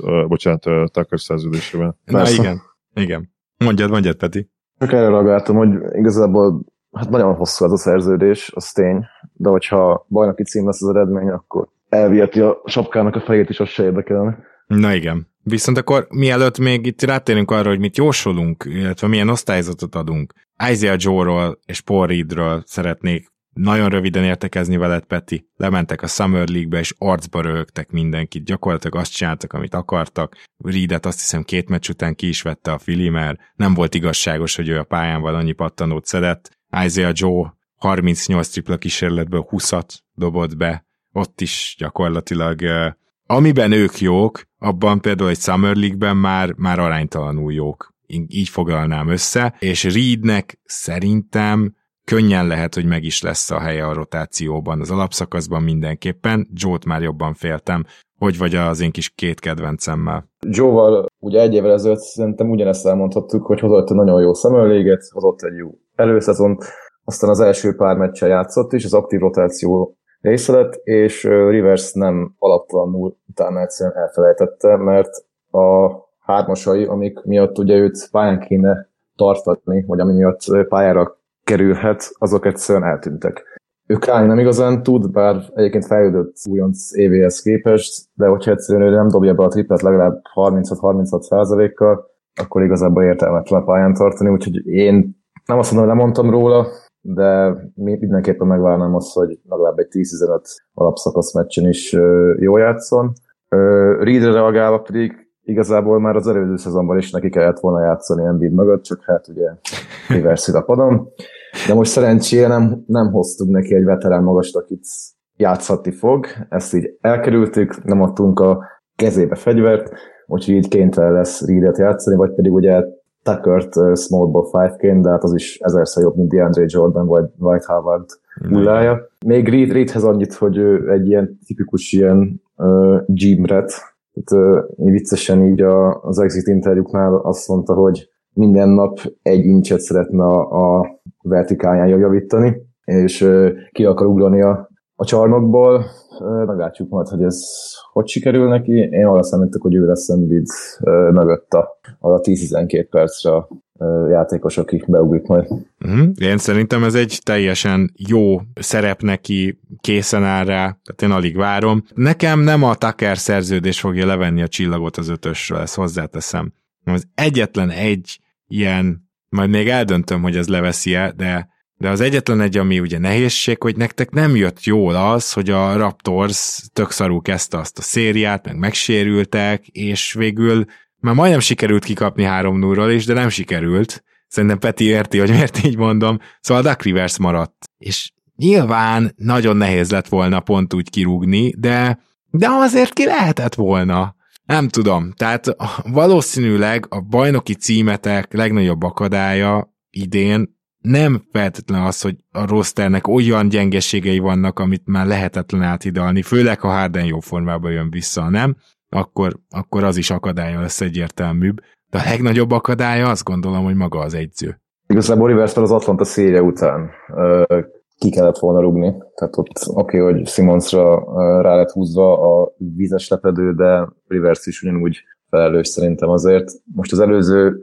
Tucker szerződésében. Na igen. Mondjad, Peti. Csak erre reagáltam, hogy igazából hát nagyon hosszú ez a szerződés, az tény, de hogyha bajnoki cím lesz az eredmény, akkor elviheti a sapkának a fejét is, az se érdekelne. Na igen. Viszont akkor mielőtt még itt rátérünk arra, hogy mit jósolunk, illetve milyen osztályzatot adunk, Isaiah Joe-ról és Paul Reedről szeretnék nagyon röviden értekezni veled, Peti. Lementek a Summer League-be, és arcba röhögtek mindenkit. Gyakorlatilag azt csináltak, amit akartak. Reedet azt hiszem 2 meccs után ki is vette a Philly, mert nem volt igazságos, hogy ő a pályán annyi pattanót szedett. Isaiah Joe 38 tripla kísérletből 20-at dobott be. Ott is gyakorlatilag amiben ők jók, abban például egy Summer League-ben már aránytalanul jók. Így foglalnám össze, és Reednek szerintem könnyen lehet, hogy meg is lesz a helye a rotációban, az alapszakaszban mindenképpen. Joe-t már jobban féltem. Hogy vagy az én kis 2 kedvencemmel? Joe-val ugye 1 évvel ezelőtt szerintem ugyanezt elmondhattuk, hogy hozott egy nagyon jó Summer League-et, hozott egy jó előszezont, aztán az első pár meccsen játszott is, az aktív rotáció része lett, és Rivers nem alaptalanul utána egyszerűen elfelejtette, mert a hármasai, amik miatt ugye őt pályán kéne tartatni, vagy ami miatt pályára kerülhet, azok egyszerűen eltűntek. Ő állni nem igazán tud, bár egyébként fejlődött újonc évéhez képest, de hogyha egyszerűen ő nem dobja be a triplet legalább 36-36%-kal, akkor igazából értelmetlen a pályán tartani, úgyhogy én nem azt mondom, hogy lemondtam róla, de mindenképpen megvárnám azt, hogy legalább egy 10-15 alapszakasz meccsen is jól játszon. Reedre reagálva pedig igazából már az előző szezonban is neki kellett volna játszani Embiid mögött, csak hát ugye Rivers a padon. De most szerencsére nem hoztunk neki egy veterán magast, akit játszhatni fog. Ezt így elkerültük, nem adtunk a kezébe fegyvert, úgyhogy így kénytelen lesz Reedet játszani, vagy pedig ugye Tuckert smallball 5-ként, de hát az is ezerszer jobb, mint DeAndre Jordan vagy Dwight Howard hullája. Még Reedhez annyit, hogy ő egy ilyen tipikus ilyen gym-rat. Viccesen így az exit interjúknál azt mondta, hogy minden nap 1 incset szeretne a vertikálján javítani, és ki akar ugrani a csarnokból. Meglátjuk majd, hogy ez hogy sikerül neki. Én arra számítok, hogy ő lesz Embiid mögött a 10-12 percre a játékos, aki beugrik majd. Én szerintem ez egy teljesen jó szerep neki, készen áll rá, tehát én alig várom. Nekem nem a Tucker szerződés fogja levenni a csillagot az 5-ösről, ezt hozzáteszem. Az egyetlen egy ilyen, majd még eldöntöm, hogy ez leveszi-e, de az egyetlen egy, ami ugye nehézség, hogy nektek nem jött jól az, hogy a Raptors tök szarul kezdte azt a szériát, meg megsérültek, és végül már majdnem sikerült kikapni 3-0-ról is, de nem sikerült. Szerintem Peti érti, hogy miért így mondom. Szóval Doug Rivers maradt. És nyilván nagyon nehéz lett volna pont úgy kirúgni, de azért ki lehetett volna. Nem tudom. Tehát valószínűleg a bajnoki címetek legnagyobb akadálya idén nem feltétlenül az, hogy a rosternek olyan gyengeségei vannak, amit már lehetetlen áthidalni, főleg ha Harden jó formában jön vissza, nem? Akkor az is akadálya lesz egyértelműbb. De a legnagyobb akadálya azt gondolom, hogy maga az edző. Igazából Rivers az Atlanta széria után ki kellett volna rúgni. Tehát ott oké, hogy Simmonsra rá lett húzva a vízes lepedő, de Rivers is ugyanúgy felelős szerintem azért. Most az előző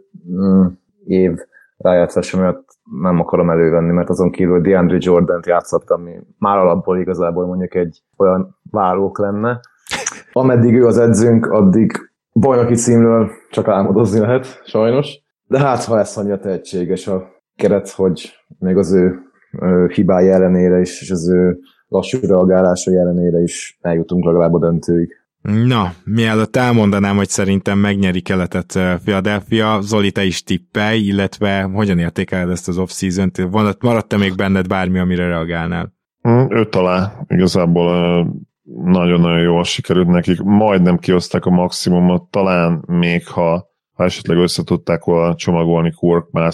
év rájátszása miatt nem akarom elővenni, mert azon kívül DeAndre Jordant játszottam, ami már alapból igazából mondjuk egy olyan várók lenne. Ameddig ő az edzőnk, addig bajnoki címről csak álmodozni lehet, sajnos. De hát, ha lesz annyira tehetséges a keret, hogy még az ő hibái ellenére is, és az ő lassú reagálása ellenére is eljutunk legalább a döntőig. Na, mielőtt elmondanám, hogy szerintem megnyeri Keletet Philadelphia, Zoli, te is tippelj, illetve hogyan értékeled ezt az off-season-t? Maradt-e még benned bármi, amire reagálnál? 5 alá igazából nagyon-nagyon jól sikerült nekik. Majdnem kihozták a maximumot, talán még ha esetleg összetudták volna csomagolni Korkmázt,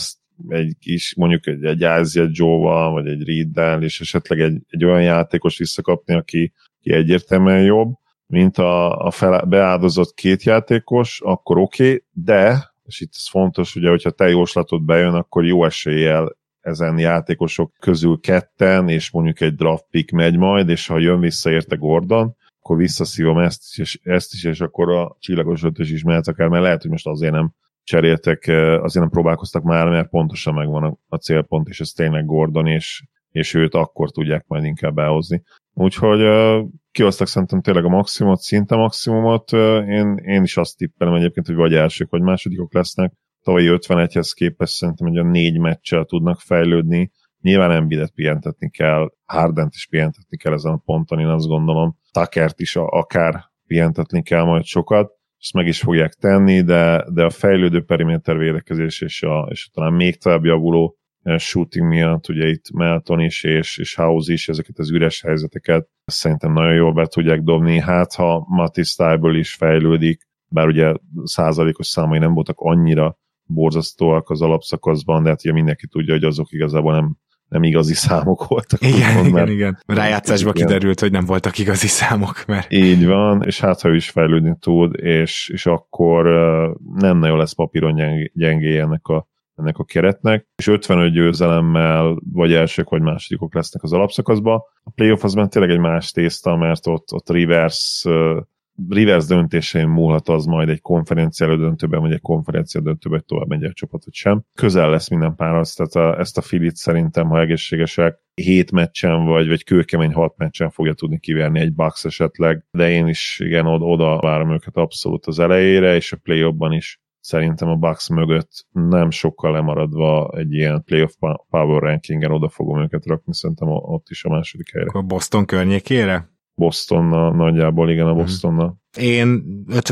egy kis, mondjuk egy Isaiah Joe-val, vagy egy Reed-del, és esetleg egy olyan játékos visszakapni, aki egyértelműen jobb, mint a beáldozott két játékos, akkor oké, de, és itt ez fontos, ugye, hogyha te jóslatod bejön, akkor jó eséllyel ezen játékosok közül ketten, és mondjuk egy draft pick megy majd, és ha jön vissza érte Gordon, akkor visszaszívom ezt is, és akkor a csillagos ötös is mehet akár, mert lehet, hogy most azért nem cseréltek, azért nem próbálkoztak már, mert pontosan megvan a célpont, és ez tényleg Gordon, és őt akkor tudják majd inkább elhozni. Úgyhogy kihoztak szerintem tényleg a maximumot, szinte maximumot. Én is azt tippelem egyébként, hogy vagy elsők, vagy másodikok lesznek. Tavalyi 51-hez képest szerintem egy olyan 4 meccsel tudnak fejlődni. Nyilván Embiidet pihentetni kell, Hardent is pihentetni kell ezen a ponton, én azt gondolom. Tuckert is akár pihentetni kell majd sokat, ezt meg is fogják tenni, de a fejlődő periméter védekezés és talán még tovább javuló shooting miatt, ugye itt Melton is és House is ezeket az üres helyzeteket szerintem nagyon jól be tudják dobni, hát ha Matisse Thybulle is fejlődik, bár ugye százalékos számai nem voltak annyira borzasztóak az alapszakaszban, de hát ugye mindenki tudja, hogy azok igazából nem igazi számok voltak. Igen. Rájátszásban kiderült, hogy nem voltak igazi számok. Mert... Így van, és hát ha ő is fejlődni tud, és akkor nem nagyon lesz papíron gyengéje ennek a keretnek, és 55 győzelemmel vagy elsők, vagy másodikok lesznek az alapszakaszban. A playoff az tényleg egy más tészta, mert ott Rivers döntésén múlhat az majd egy konferencia elődöntőben, vagy egy konferencia döntőben, tovább megy egy csapat, vagy sem. Közel lesz minden páraz, tehát ezt a Filit szerintem, ha egészségesek, 7 meccsen, vagy kőkemény 6 meccsen fogja tudni kiverni egy Bucks esetleg, de én is igen, oda várom őket abszolút az elejére, és a playoffban is szerintem a Bucks mögött nem sokkal lemaradva egy ilyen playoff power rankingen oda fogom őket rakni, szerintem ott is a második helyre. A Boston környékére? Bostonnal, nagyjából igen, a Bostonnal. Én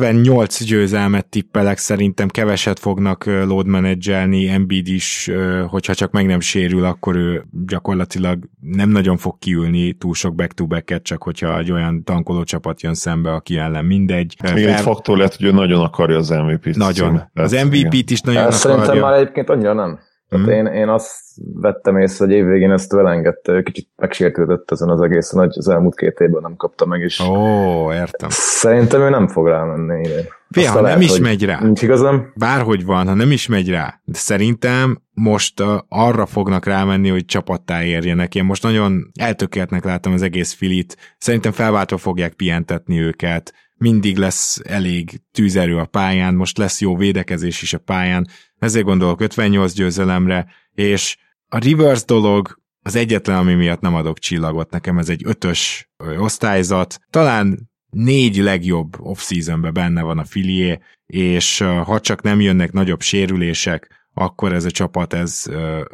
58 győzelmet tippelek, szerintem keveset fognak load menedzselni, Embiid is, hogyha csak meg nem sérül, akkor ő gyakorlatilag nem nagyon fog kiülni túl sok back-to-backet, csak hogyha egy olyan tankoló csapat jön szembe, aki ellen mindegy. Igen, egy faktor lehet, hogy ő nagyon akarja az MVP-t. Nagyon. Az MVP-t is nagyon akarja. Szerintem már egyébként annyira nem. Én azt vettem észre, hogy évvégén ezt elengedte, kicsit megsértődött ezen az egészen, hogy az elmúlt 2 évben nem kapta meg is. Értem. Szerintem ő nem fog rámenni ide. Ha nem is megy rá. Nincs igazam. Bárhogy van, ha nem is megy rá. De szerintem most arra fognak rámenni, hogy csapattá érjenek. Én most nagyon eltökéltnek látom az egész Filit. Szerintem felváltva fogják pihentetni őket. Mindig lesz elég tűzerő a pályán, most lesz jó védekezés is a pályán, ezért gondolok 58 győzelemre, és a Rivers dolog az egyetlen, ami miatt nem adok csillagot, nekem ez egy 5-ös osztályzat, talán 4 legjobb off-seasonben benne van a Filié, és ha csak nem jönnek nagyobb sérülések, akkor ez a csapat, ez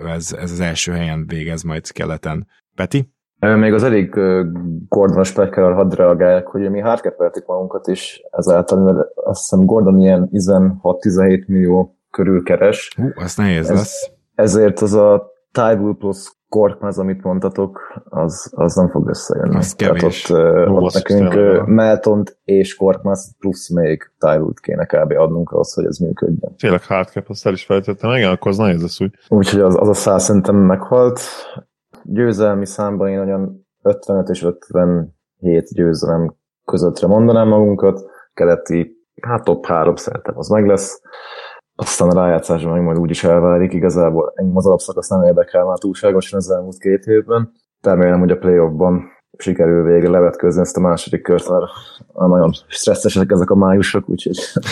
az első helyen végez majd keleten. Peti? Még az elég Gordonos pekkel hadd reagálják, hogy mi hardcapeltük magunkat is ezáltal, mert azt hiszem Gordon ilyen 16-17 millió körül keres. Az nehéz lesz. Ezért az a Thybulle plusz Korkmaz, amit mondtatok, az nem fog összejönni. Az kevés. Tehát ott nekünk Meltont és Korkmaz plusz még Thybulle-t kéne kb. Adnunk ahhoz, hogy ez működjön. Tényleg hardcap, azt el is felejtettem, igen, akkor az nehéz lesz úgy. Úgyhogy az a 100 szerintem meghalt. Győzelmi számban én olyan 55 és 57 győzelem közöttre mondanám magunkat. Keleti, top 3 szerintem az meg lesz. Aztán a rájátszásban meg majd úgyis elválik. Igazából engem az alapszakasz nem érdekel már túlságosan az elmúlt 2 évben. Remélem, hogy a playoffban sikerül végre levetközni ezt a második kört, mert nagyon stresszesek ezek a májusok, úgyhogy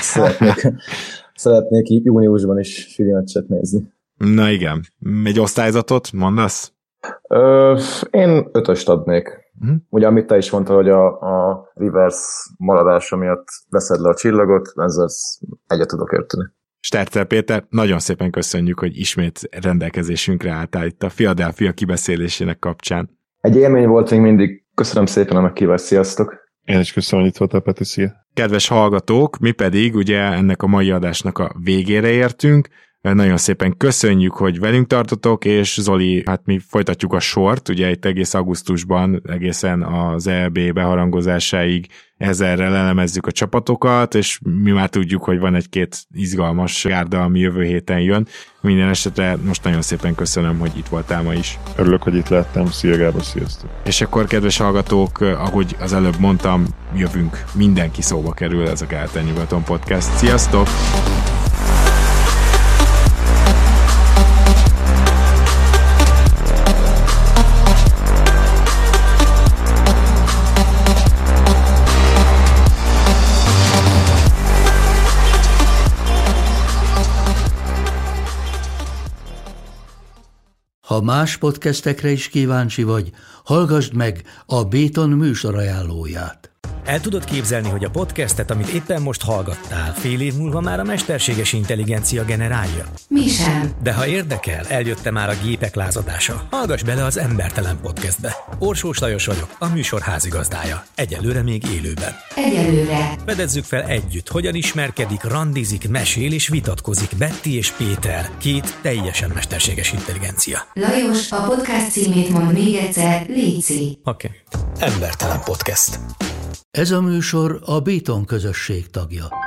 szeretnék júniusban is Fili meccset nézni. Na igen. Egy osztályzatot mondasz? Én 5-öst adnék. Ugye, amit te is mondtad, hogy a Rivers maradása miatt veszed le a csillagot, ezzel egyet tudok érteni. Sterter Péter, nagyon szépen köszönjük, hogy ismét rendelkezésünkre álltál itt a Philadelphia kibeszélésének kapcsán. Egy élmény volt még mindig. Köszönöm szépen a meghívást, sziasztok! Én is köszönöm, hogy itt voltál, Peti, szia! Kedves hallgatók, mi pedig ugye ennek a mai adásnak a végére értünk. Nagyon szépen köszönjük, hogy velünk tartotok, és Zoli, hát mi folytatjuk a sort, ugye itt egész augusztusban, egészen az EB beharangozásáig ezerrel elemezzük a csapatokat, és mi már tudjuk, hogy van egy-két izgalmas gárda, ami jövő héten jön. Minden esetre most nagyon szépen köszönöm, hogy itt voltál ma is. Örülök, hogy itt lettem. Szia Gábor, sziasztok! És akkor, kedves hallgatók, ahogy az előbb mondtam, jövünk, mindenki szóba kerül, ez a Keleten-nyugaton podcast. Sziasztok! Ha más podcastekre is kíváncsi vagy, hallgassd meg a Béton műsor ajánlóját. El tudod képzelni, hogy a podcastet, amit éppen most hallgattál, fél év múlva már a mesterséges intelligencia generálja? Mi sem. De ha érdekel, eljött már a gépek lázadása. Hallgass bele az Embertelen podcastbe. Orsós Lajos vagyok, a műsor házigazdája. Egyelőre még élőben. Egyelőre. Fedezzük fel együtt, hogyan ismerkedik, randizik, mesél és vitatkozik Betty és Péter, két teljesen mesterséges intelligencia. Lajos, a podcast címét mond még egyszer, léci. Oké. Embertelen podcast. Ez a műsor a Béton közösség tagja.